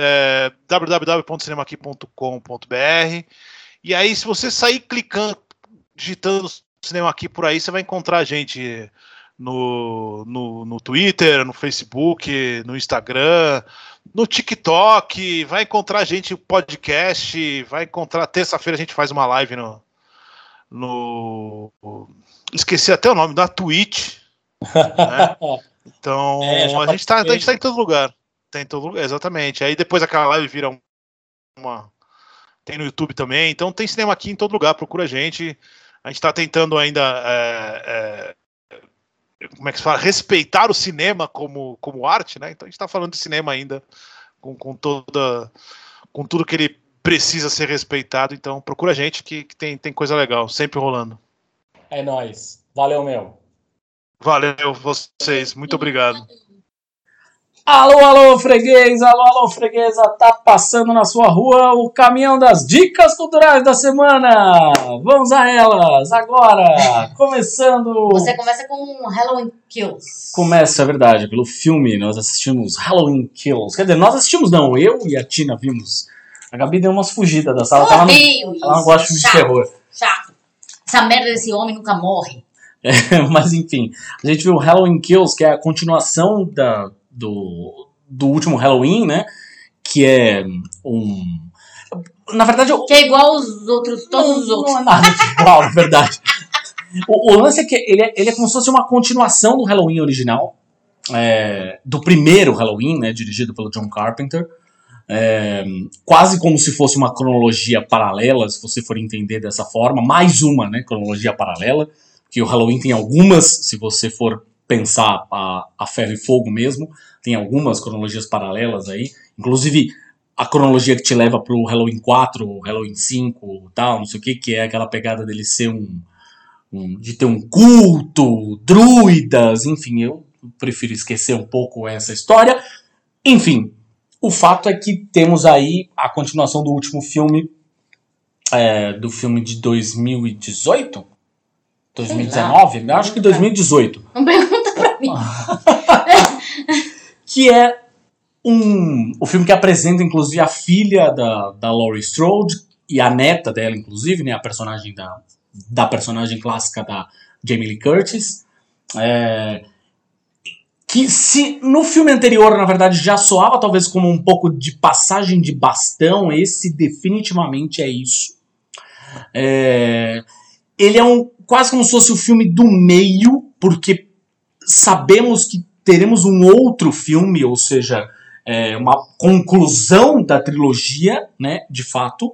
www.cinemaqui.com.br. E aí, se você sair clicando, digitando Cinema Aqui por aí, você vai encontrar a gente no Twitter, no Facebook, no Instagram, no TikTok, vai encontrar a gente no podcast, vai encontrar... Terça-feira a gente faz uma live esqueci até o nome, na Twitch. Né? Então, a gente tá em todo lugar. Tem em todo lugar, exatamente. Aí depois aquela live vira tem no YouTube também, então tem Cinema Aqui em todo lugar, procura a gente. A gente está tentando ainda, como é que se fala, respeitar o cinema como arte, né? Então a gente está falando de cinema ainda, com tudo que ele precisa ser respeitado. Então procura a gente que tem coisa legal, sempre rolando. É nóis. Valeu, meu. Valeu vocês, muito obrigado. Alô, freguês, alô, freguesa, tá passando na sua rua o caminhão das dicas culturais da semana. Vamos a elas, agora, começando... Você começa com Halloween Kills. Começa, é verdade, pelo filme, nós assistimos Halloween Kills. Quer dizer, nós assistimos não, eu e a Tina vimos. A Gabi deu umas fugidas da sala, ela não gosta de filme de terror. Chato. Essa merda desse homem nunca morre. Mas enfim, a gente viu Halloween Kills, que é a continuação do último Halloween, né? Que é na verdade... Que é igual aos outros, todos os outros. Não é nada igual, na verdade. O lance é que ele é como se fosse uma continuação do Halloween original, do primeiro Halloween, né, dirigido pelo John Carpenter, quase como se fosse uma cronologia paralela, se você for entender dessa forma, mais uma, né, cronologia paralela, que o Halloween tem algumas, se você for pensar a ferro e fogo mesmo, tem algumas cronologias paralelas aí, inclusive a cronologia que te leva pro Halloween 4, Halloween 5, tal, não sei o que é aquela pegada dele ser de ter um culto, druidas, enfim, eu prefiro esquecer um pouco essa história. Enfim, o fato é que temos aí a continuação do último filme, do filme de 2018? 2019? Eu acho que 2018. Não pergunta pra mim. Que é o filme que apresenta, inclusive, a filha da Laurie Strode e a neta dela, inclusive, né, a personagem da personagem clássica da Jamie Lee Curtis. Que se no filme anterior, na verdade, já soava talvez como um pouco de passagem de bastão, esse definitivamente é isso. Ele é quase como se fosse o filme do meio, porque sabemos que teremos um outro filme, ou seja, uma conclusão da trilogia, né, de fato.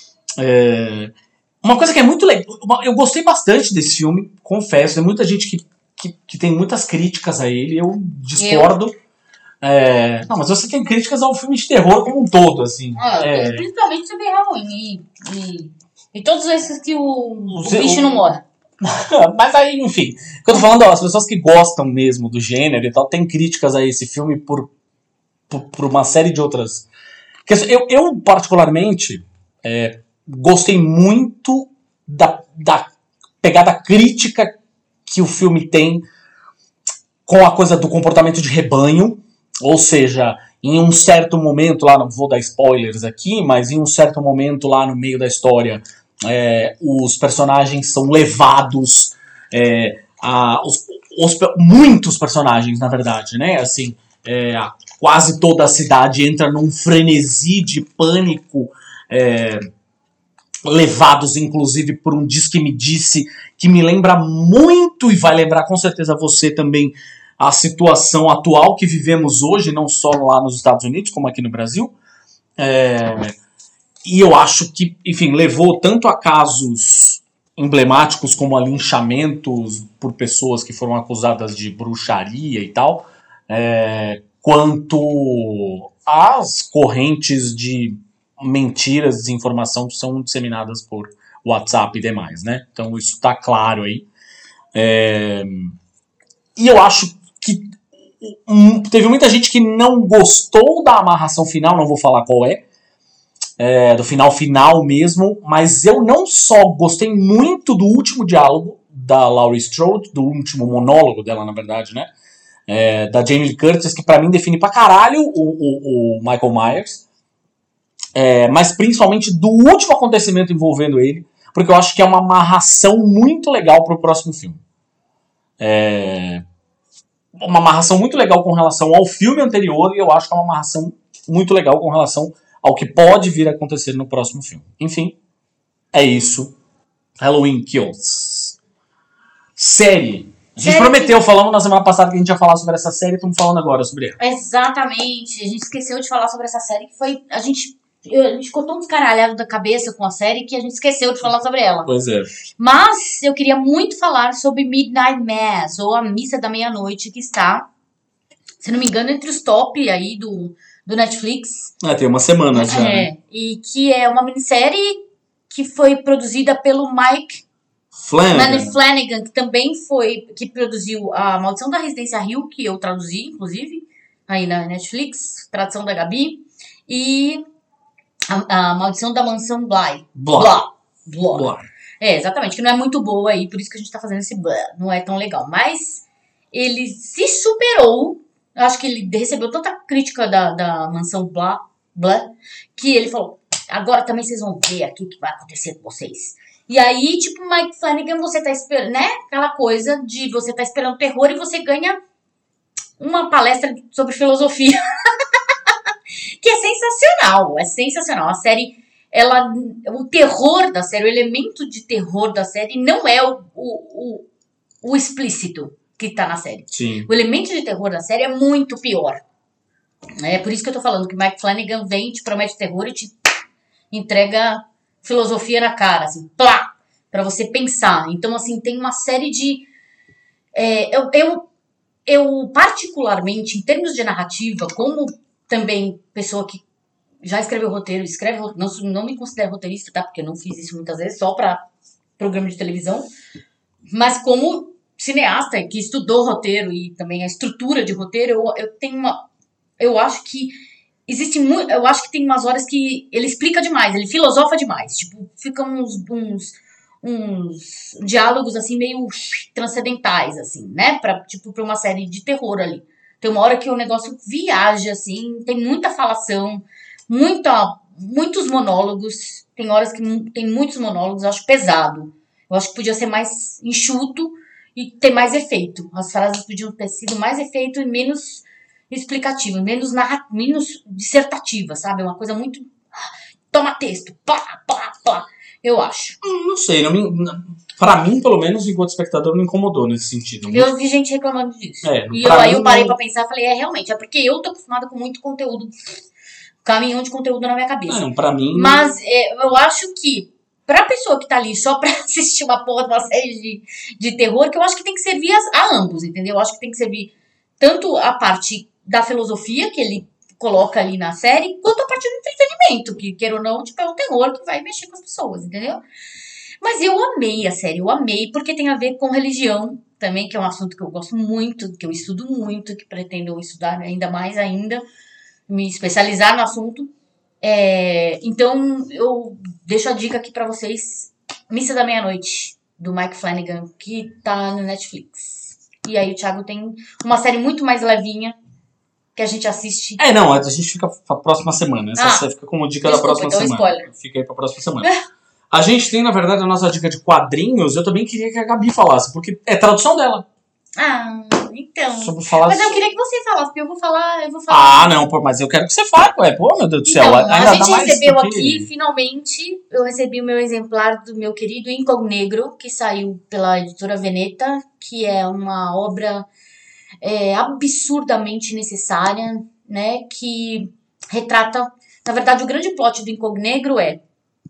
Uma coisa que é muito legal, eu gostei bastante desse filme, confesso, tem muita gente que tem muitas críticas a ele, eu discordo. Não, mas você tem críticas ao filme de terror como um todo, assim. Principalmente sobre Halloween e todos esses que o bicho não morre. Mas aí, enfim, o que eu tô falando, as pessoas que gostam mesmo do gênero e tal, tem críticas a esse filme por uma série de outras. Eu particularmente, gostei muito da pegada crítica que o filme tem com a coisa do comportamento de rebanho, ou seja, em um certo momento lá, não vou dar spoilers aqui, mas em um certo momento lá no meio da história, os personagens são levados, muitos personagens, na verdade, né, assim, quase toda a cidade entra num frenesi de pânico, levados inclusive por um diz-que-me-disse que me lembra muito, e vai lembrar com certeza você também, a situação atual que vivemos hoje, não só lá nos Estados Unidos como aqui no Brasil. E eu acho que, enfim, levou tanto a casos emblemáticos como a linchamentos por pessoas que foram acusadas de bruxaria e tal, quanto as correntes de mentiras, desinformação que são disseminadas por WhatsApp e demais, né? Então isso tá claro aí. E eu acho que teve muita gente que não gostou da amarração final, não vou falar qual do final mesmo, mas eu não só gostei muito do último diálogo da Laurie Strode, do último monólogo dela, na verdade, né? Da Jamie Lee Curtis, que pra mim define pra caralho o Michael Myers, mas principalmente do último acontecimento envolvendo ele, porque eu acho que é uma amarração muito legal pro próximo filme. Uma amarração muito legal com relação ao filme anterior, e eu acho que é uma amarração muito legal com relação ao que pode vir a acontecer no próximo filme. Enfim, é isso. Halloween Kills. Série. A gente prometeu, falamos na semana passada que a gente ia falar sobre essa série, estamos falando agora sobre ela. Exatamente. A gente esqueceu de falar sobre essa série, que foi... A gente ficou tão descaralhado da cabeça com a série que a gente esqueceu de falar sobre ela. Pois é. Mas eu queria muito falar sobre Midnight Mass, ou a Missa da Meia-Noite, que está, se não me engano, entre os top aí do Netflix. Tem umas semanas já. E que é uma minissérie que foi produzida pelo Mike Flanagan, que também que produziu A Maldição da Residência Hill, que eu traduzi, inclusive, aí na Netflix, tradução da Gabi, e a Maldição da Mansão Bly. Exatamente, que não é muito boa aí, por isso que a gente tá fazendo esse não é tão legal, mas ele se superou. Eu acho que ele recebeu tanta crítica da Mansão Bly, que ele falou, agora também vocês vão ver aqui o que vai acontecer com vocês. E aí, tipo, Mike Flanagan, você tá esperando, né? Aquela coisa de você tá esperando terror e você ganha uma palestra sobre filosofia. Que é sensacional. A série, o terror da série, o elemento de terror da série não é o explícito que tá na série. Sim. O elemento de terror da série é muito pior. É por isso que eu tô falando que Mike Flanagan vem, te promete terror e te entrega filosofia na cara, assim, plá, pra você pensar. Então, assim, tem uma série de... Eu particularmente, em termos de narrativa, como também pessoa que já escreveu roteiro, escreve roteiro, não me considero roteirista, tá? Porque eu não fiz isso muitas vezes, só pra programa de televisão. Mas como cineasta que estudou roteiro e também a estrutura de roteiro, eu acho que eu acho que tem umas horas que ele explica demais, ele filosofa demais. Tipo, ficam uns diálogos assim meio transcendentais, assim, né? Pra uma série de terror ali. Tem uma hora que o negócio viaja, assim, tem muita falação, muitos monólogos. Tem horas que tem muitos monólogos, eu acho pesado. Eu acho que podia ser mais enxuto e ter mais efeito. As frases podiam ter sido mais efeito e menos explicativa, menos dissertativa, sabe? Uma coisa muito... Toma texto, pá, pá, pá. Eu acho. Não sei, pra mim, pelo menos, enquanto espectador, não incomodou nesse sentido. Eu vi gente reclamando disso. E eu parei pra pensar e falei, realmente, é porque eu tô acostumada com muito conteúdo, caminhão de conteúdo na minha cabeça. Não, pra mim... Mas eu acho que pra pessoa que tá ali só pra assistir uma porra de uma série de terror, que eu acho que tem que servir a ambos, entendeu? Eu acho que tem que servir tanto a parte da filosofia que ele coloca ali na série, quanto a parte do entretenimento, que, queira ou não, tipo, é um terror que vai mexer com as pessoas, entendeu? Mas eu amei a série, porque tem a ver com religião também, que é um assunto que eu gosto muito, que eu estudo muito, que pretendo estudar ainda mais me especializar no assunto. Então, eu deixo a dica aqui pra vocês, Missa da Meia-Noite, do Mike Flanagan, que tá no Netflix. E aí o Thiago tem uma série muito mais levinha, que a gente assiste. Não, a gente fica pra próxima semana. Essa fica como dica da próxima semana. Spoiler. Fica aí pra próxima semana. A gente tem, na verdade, a nossa dica de quadrinhos. Eu também queria que a Gabi falasse, porque é tradução dela. Então. Mas eu queria que você falasse, porque eu vou falar. Não, pô, mas eu quero que você fale, ué. Pô, meu Deus do céu. Então, a gente recebeu aqui, finalmente, eu recebi o meu exemplar do meu querido Incognegro, que saiu pela editora Veneta, que é uma obra absurdamente necessária, né, que retrata, na verdade, o grande plot do Incognegro é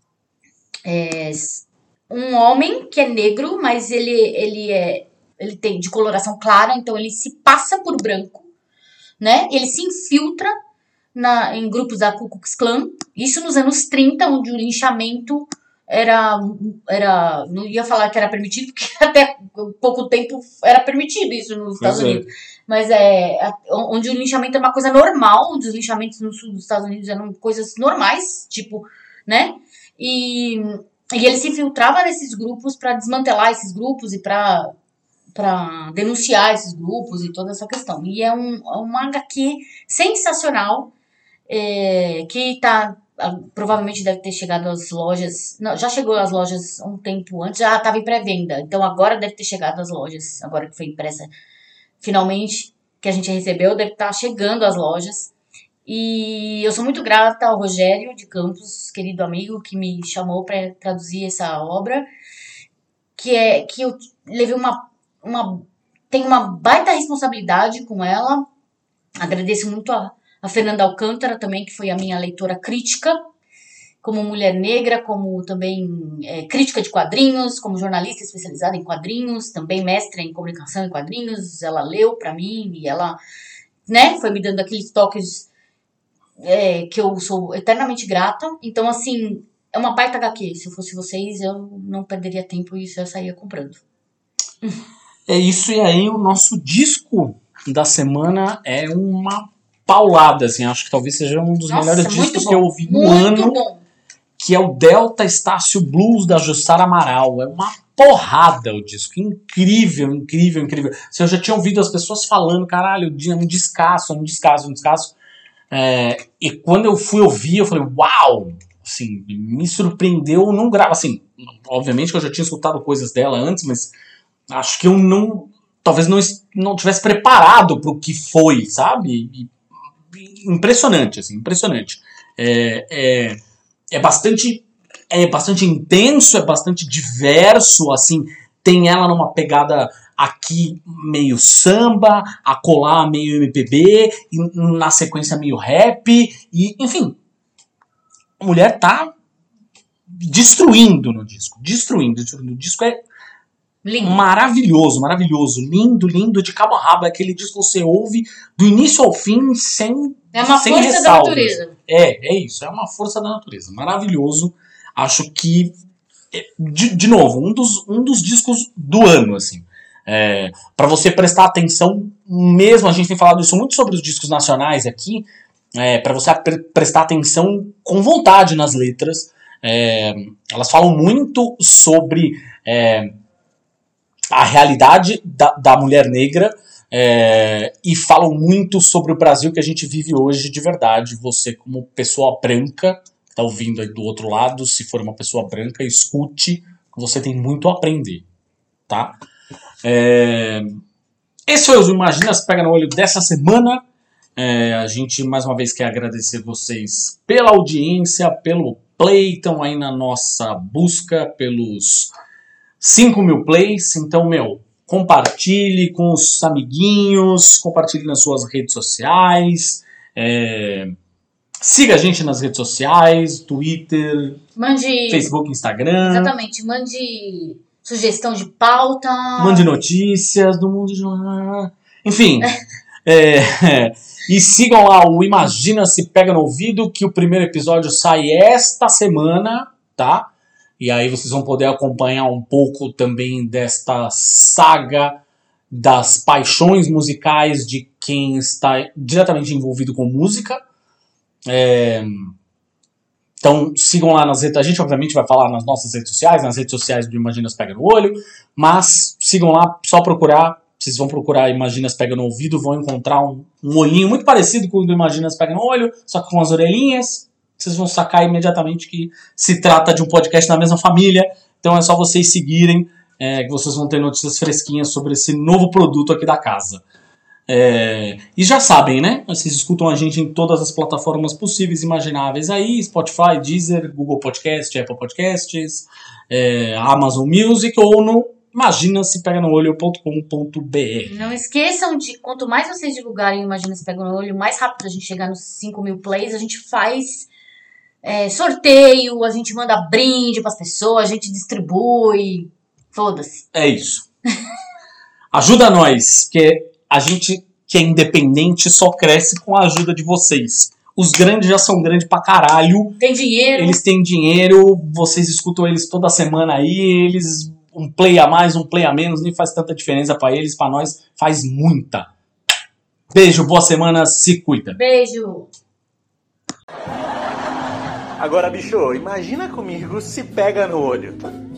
um homem que é negro, mas ele tem de coloração clara, então ele se passa por branco, né, ele se infiltra em grupos da Ku Klux Klan, isso nos anos 30, onde o linchamento era não ia falar que era permitido, porque até pouco tempo era permitido isso nos Estados Unidos. Mas onde o linchamento é uma coisa normal, onde os linchamentos no sul dos Estados Unidos eram coisas normais, tipo, né? E ele se infiltrava nesses grupos para desmantelar esses grupos e para denunciar esses grupos e toda essa questão. E é uma HQ sensacional, que provavelmente deve ter chegado às lojas. Não, já chegou às lojas um tempo antes, já estava em pré-venda. Então agora deve ter chegado às lojas, agora que foi impressa finalmente, que a gente recebeu, deve estar chegando às lojas. E eu sou muito grata ao Rogério de Campos, querido amigo, que me chamou para traduzir essa obra, que eu levei tenho uma baita responsabilidade com ela. Agradeço muito a Fernanda Alcântara também, que foi a minha leitora crítica, como mulher negra, como também crítica de quadrinhos, como jornalista especializada em quadrinhos, também mestra em comunicação em quadrinhos. Ela leu pra mim e ela, né, foi me dando aqueles toques que eu sou eternamente grata. Então, assim, é uma baita HQ. Se eu fosse vocês, eu não perderia tempo e eu saía comprando. É isso, e aí o nosso disco da semana é uma paulada, assim, acho que talvez seja um dos melhores discos que eu ouvi no ano, que é o Delta Estácio Blues da Jussara Amaral. É uma porrada o disco, incrível, incrível, incrível. Assim, eu já tinha ouvido as pessoas falando, caralho, um descasso. E quando eu fui ouvir, eu falei, uau! Assim, me surpreendeu, não grava, assim, obviamente que eu já tinha escutado coisas dela antes, mas acho que eu não talvez não tivesse preparado para o que foi, sabe? Impressionante, assim, impressionante. É bastante intenso, é bastante diverso, assim, tem ela numa pegada aqui meio samba, acolá meio MPB, e na sequência meio rap, e enfim, a mulher tá destruindo no disco, destruindo. O disco é Lindo. Maravilhoso, lindo, de cabo a rabo, é aquele disco que você ouve do início ao fim sem É uma sem força ressalvas. da natureza. É isso, é uma força da natureza, maravilhoso. Acho que, de novo, um dos discos do ano, assim. Para você prestar atenção mesmo, a gente tem falado isso muito sobre os discos nacionais aqui, para você prestar atenção com vontade nas letras. Elas falam muito sobre a realidade da mulher negra, e falam muito sobre o Brasil que a gente vive hoje de verdade. Você, como pessoa branca, que está ouvindo aí do outro lado, se for uma pessoa branca, escute, você tem muito a aprender, tá? Esse foi o Imagina Se Pega no Olho dessa semana. A gente mais uma vez quer agradecer vocês pela audiência, pelo play, estão aí na nossa busca pelos 5.000 plays. Então, compartilhe com os amiguinhos, compartilhe nas suas redes sociais, siga a gente nas redes sociais, Twitter, Facebook, Instagram. Exatamente, mande sugestão de pauta. Mande notícias do mundo de lá. Enfim. E sigam lá o Imagina Se Pega no Ouvido, que o primeiro episódio sai esta semana, tá? E aí vocês vão poder acompanhar um pouco também desta saga das paixões musicais de quem está diretamente envolvido com música. Então sigam lá nas redes. A gente obviamente vai falar nas nossas redes sociais, nas redes sociais do Imagina Se Pega no Olho, mas sigam lá, só procurar. Vocês vão procurar Imagina Se Pega no Ouvido, vão encontrar um olhinho muito parecido com o do Imagina Se Pega no Olho, só que com as orelhinhas. Vocês vão sacar imediatamente que se trata de um podcast da mesma família. Então é só vocês seguirem, que vocês vão ter notícias fresquinhas sobre esse novo produto aqui da casa. E já sabem, né? Vocês escutam a gente em todas as plataformas possíveis e imagináveis aí. Spotify, Deezer, Google Podcast, Apple Podcasts, Amazon Music ou no imaginasepeganoolho.com.br. Não esqueçam de, quanto mais vocês divulgarem Imagina Se Pega no Olho, mais rápido a gente chegar nos 5.000 plays, a gente faz sorteio, a gente manda brinde pras pessoas, a gente distribui, foda-se. É isso. Ajuda nós, que a gente que é independente só cresce com a ajuda de vocês. Os grandes já são grandes pra caralho. Tem dinheiro. Eles têm dinheiro, vocês escutam eles toda semana aí, eles... Um play a mais, um play a menos, nem faz tanta diferença pra eles, pra nós faz muita. Beijo, boa semana, se cuida. Beijo. Agora, bicho, imagina comigo Se Pega no Olho.